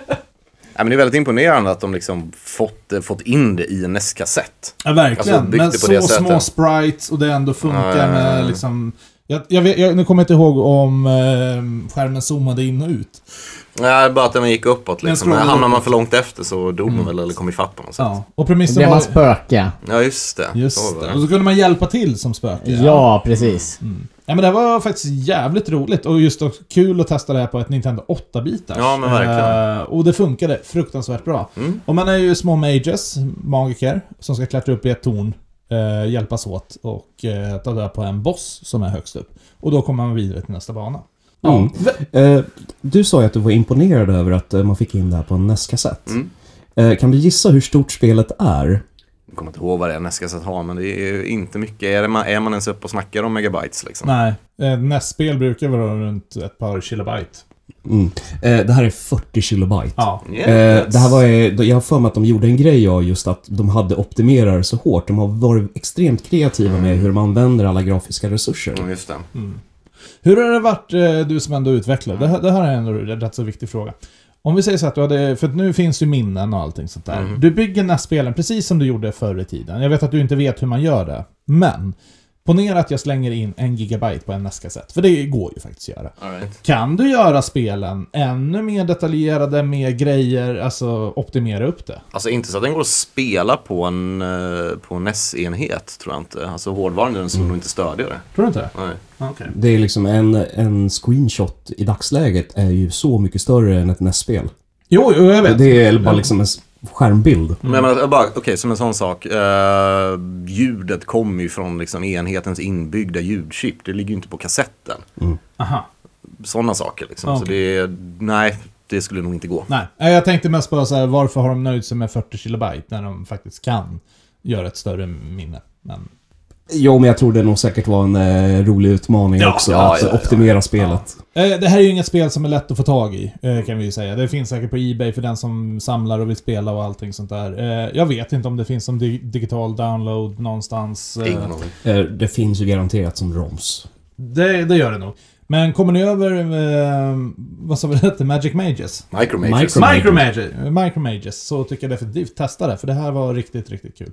Ja, men det är väldigt imponerande att de liksom fått, fått in det i en N E S-kassett. Ja, verkligen. Alltså, men så små sättet. Sprites och det ändå funkar ja, ja, ja. med liksom... Jag, jag, vet, jag nu kommer inte ihåg om eh, skärmen zoomade in och ut. Nej, bara att den gick uppåt liksom. Hamnar man för långt efter så dog man mm. väl eller kom i fatt på något sätt. Ja. Och premissen det blev var... man spöka. Ja, just det. Just så det. Och så kunde man hjälpa till som spöke. Ja, ja precis. Mm. Ja, men det var faktiskt jävligt roligt. Och just också kul att testa det här på ett Nintendo åtta-bitars. Ja, men verkligen. Uh, och det funkade fruktansvärt bra. Mm. Och man är ju små mages, magiker, som ska klättra upp i ett torn. Uh, hjälpas åt och uh, ta död på en boss som är högst upp. Och då kommer man vidare till nästa bana. Mm. Uh, du sa ju att du var imponerad över att uh, man fick in det här på en N E S-kassett. Mm. Uh, kan du gissa hur stort spelet är? Jag kommer inte ihåg vad det är N E S-kassett har, men det är inte mycket. Är, det man, är man ens uppe och snackar om megabytes liksom? Nej, N E S-spel brukar vara runt ett par kilobyte. Mm. Eh, det här är fyrtio kilobyte. Ja. Yeah, eh, det här var, jag har för mig att de gjorde en grej av just att de hade optimerare så hårt. De har varit extremt kreativa mm. med hur de använder alla grafiska resurser. Mm, just det. Mm. Hur har det varit, du som ändå utvecklar? Det här, det här är ändå en rätt så viktig fråga. Om vi säger så att du hade, för nu finns ju minnen och allting sånt där. Mm. Du bygger N E S-spelen precis som du gjorde förr i tiden. Jag vet att du inte vet hur man gör det. Men ponera att jag slänger in en gigabyte på en N E S-kassett. För det går ju faktiskt att göra. All right. Kan du göra spelen ännu mer detaljerade med grejer, alltså optimera upp det? Alltså inte så att den går att spela på en, på en N E S-enhet, tror jag inte. Alltså hårdvaran den som mm. nog inte stödjer det. Tror du inte det? Nej. Okay. Det är liksom en, en screenshot i dagsläget är ju så mycket större än ett N E S-spel. Jo, jo, jag vet. Det är bara liksom en skärmbild. Mm. Men jag bara, okej, okay, som en sån sak. Uh, ljudet kommer ju från liksom enhetens inbyggda ljudchip. Det ligger ju inte på kassetten. Mm. Aha. Sådana saker liksom. Okay. Så det är, nej, det skulle nog inte gå. Nej, jag tänkte mest bara så här, varför har de nöjt sig med fyrtio kilobyte när de faktiskt kan göra ett större minne? Men... Jo, men jag tror det nog säkert var en eh, rolig utmaning ja, också ja, att ja, ja, optimera ja. spelet. Ja. Det här är ju inget spel som är lätt att få tag i, kan vi ju säga. Det finns säkert på eBay för den som samlar och vill spela och allting sånt där. Jag vet inte om det finns som di- digital download någonstans. Ingen. Det finns ju garanterat som ROMs. Det, det gör det nog. Men kommer ni över, eh, vad sa vi det heter? Magic Mages? Micromages. Micromages. Micromages. Så tycker jag definitivt testa det, för det här var riktigt, riktigt kul.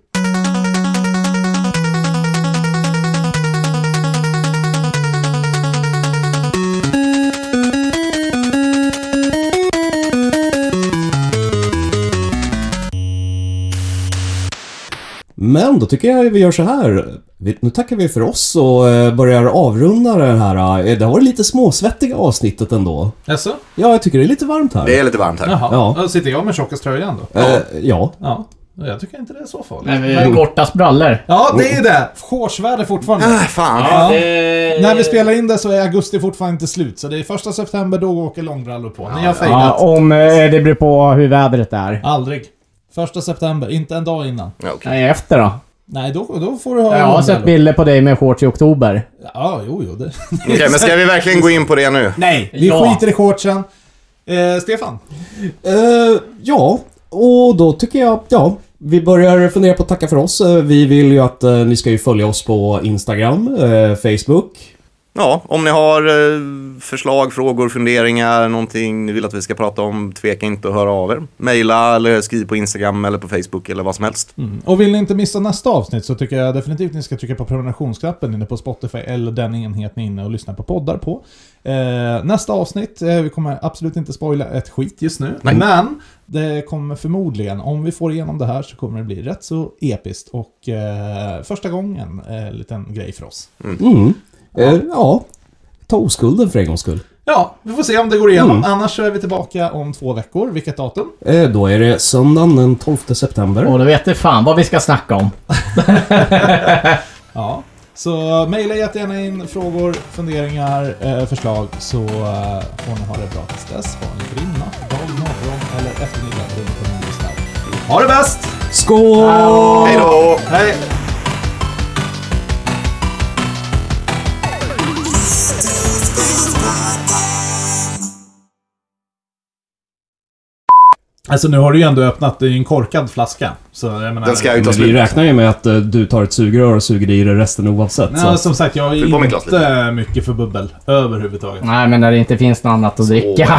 Men då tycker jag vi gör så här. Nu tackar vi för oss och börjar avrunda det här. Det har varit lite småsvettiga avsnittet ändå. Jaså? Ja, jag tycker det är lite varmt här. Det är lite varmt här. Jaha. Ja. Då sitter jag med tjockast tröjan då? Ja. ja. Ja. Jag tycker inte det är så farligt. Men vi är kortast brallor. Ja, det är det. Shortsväder fortfarande. Äh, fan. Ja. Det... När vi spelar in det så är augusti fortfarande inte slut. Så det är första september, då åker långbrallor på. Ni har fejlat. Ja, om det beror på hur vädret är. Aldrig. Första september, inte en dag innan. Ja, okay. Nej, efter då. Nej, då, då får du ha... Jag har sett bilder på dig med shorts i oktober. Ja, jo, jo. Det. Okej, okay, men ska vi verkligen gå in på det nu? Nej, vi ja. skiter i shortsen. Eh, Stefan? Uh, ja, och då tycker jag... Ja, vi börjar fundera på att tacka för oss. Vi vill ju att uh, ni ska ju följa oss på Instagram, uh, Facebook. Ja, om ni har eh, förslag, frågor, funderingar, någonting ni vill att vi ska prata om, tveka inte att höra av er. Maila eller skriv på Instagram eller på Facebook eller vad som helst. Mm. Och vill ni inte missa nästa avsnitt så tycker jag definitivt ni ska trycka på prenumerationsknappen inne på Spotify eller den enhet ni är inne och lyssnar på poddar på. Eh, nästa avsnitt, eh, vi kommer absolut inte spoila ett skit just nu. Nej. Men det kommer förmodligen, om vi får igenom det här så kommer det bli rätt så episkt och eh, första gången en eh, liten grej för oss. Mm. Mm. Ja. Eh, ja, ta oskulden för en gångs skull. Ja, vi får se om det går igenom. Mm. Annars så är vi tillbaka om två veckor. Vilket datum? Eh, då är det söndagen den tolfte september. Och då vet du fan vad vi ska snacka om. Ja, så mejla jättegärna in frågor, funderingar, eh, förslag så eh, får ni ha det bra tills dess. Ha en grym natt, dag, morgon eller eftermiddag beroende på när ni lyssnar. Ha det bäst! Skål! Hej då! Hej! Alltså nu har du ju ändå öppnat i en korkad flaska. Så jag menar, den ska ju ta men slut. Vi räknar ju med att uh, du tar ett sugrör och suger i det resten oavsett. Nej, så. som sagt, jag är Fyll på min inte glas mycket för bubbel överhuvudtaget. Nej, men när det inte finns något annat att dricka.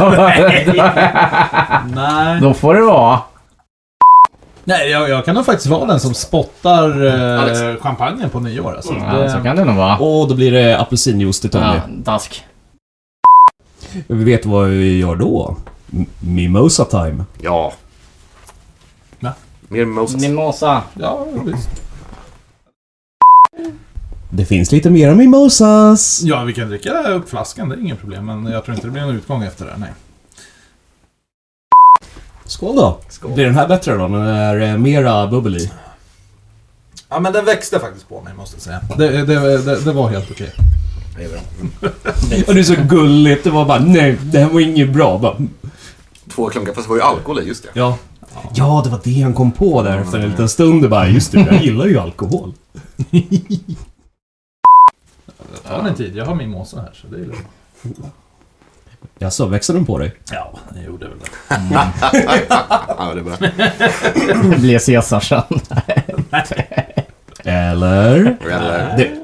Nej. Då får det vara. Nej, jag, jag kan nog faktiskt vara den som spottar eh, champagnen på nyår. Alltså. Ja, det... så kan det nog vara. Och då blir det apelsinjuice till Tony. Ja, dask. Vi vet vad vi gör då. M- Mimosa time. Ja. Va? Mer mimosas. Mimosa. Ja, visst. Det finns lite mer mimosas. Ja, vi kan dricka upp flaskan, det är ingen problem. Men jag tror inte det blir någon utgång efter det, nej. Skål då. Skål. Blir den här bättre då när det är mera bubbel i? Ja, men den växte faktiskt på mig, måste jag säga. Det, det, det, det var helt okej. Och det är så gulligt. Det var bara, nej, det här var inget bra. Bara, Två klunkar, fast det var ju alkohol i, just det. ja. Ja, det var det han kom på där efter en liten stund. Det bara, just det, jag gillar ju alkohol. Det tar en tid, jag har min måsa här så det är lugnt. Jaså, växer den på dig? Ja, det gjorde väl det. Ja, det är bra. Det blir Caesar sen. Eller? Eller? Det,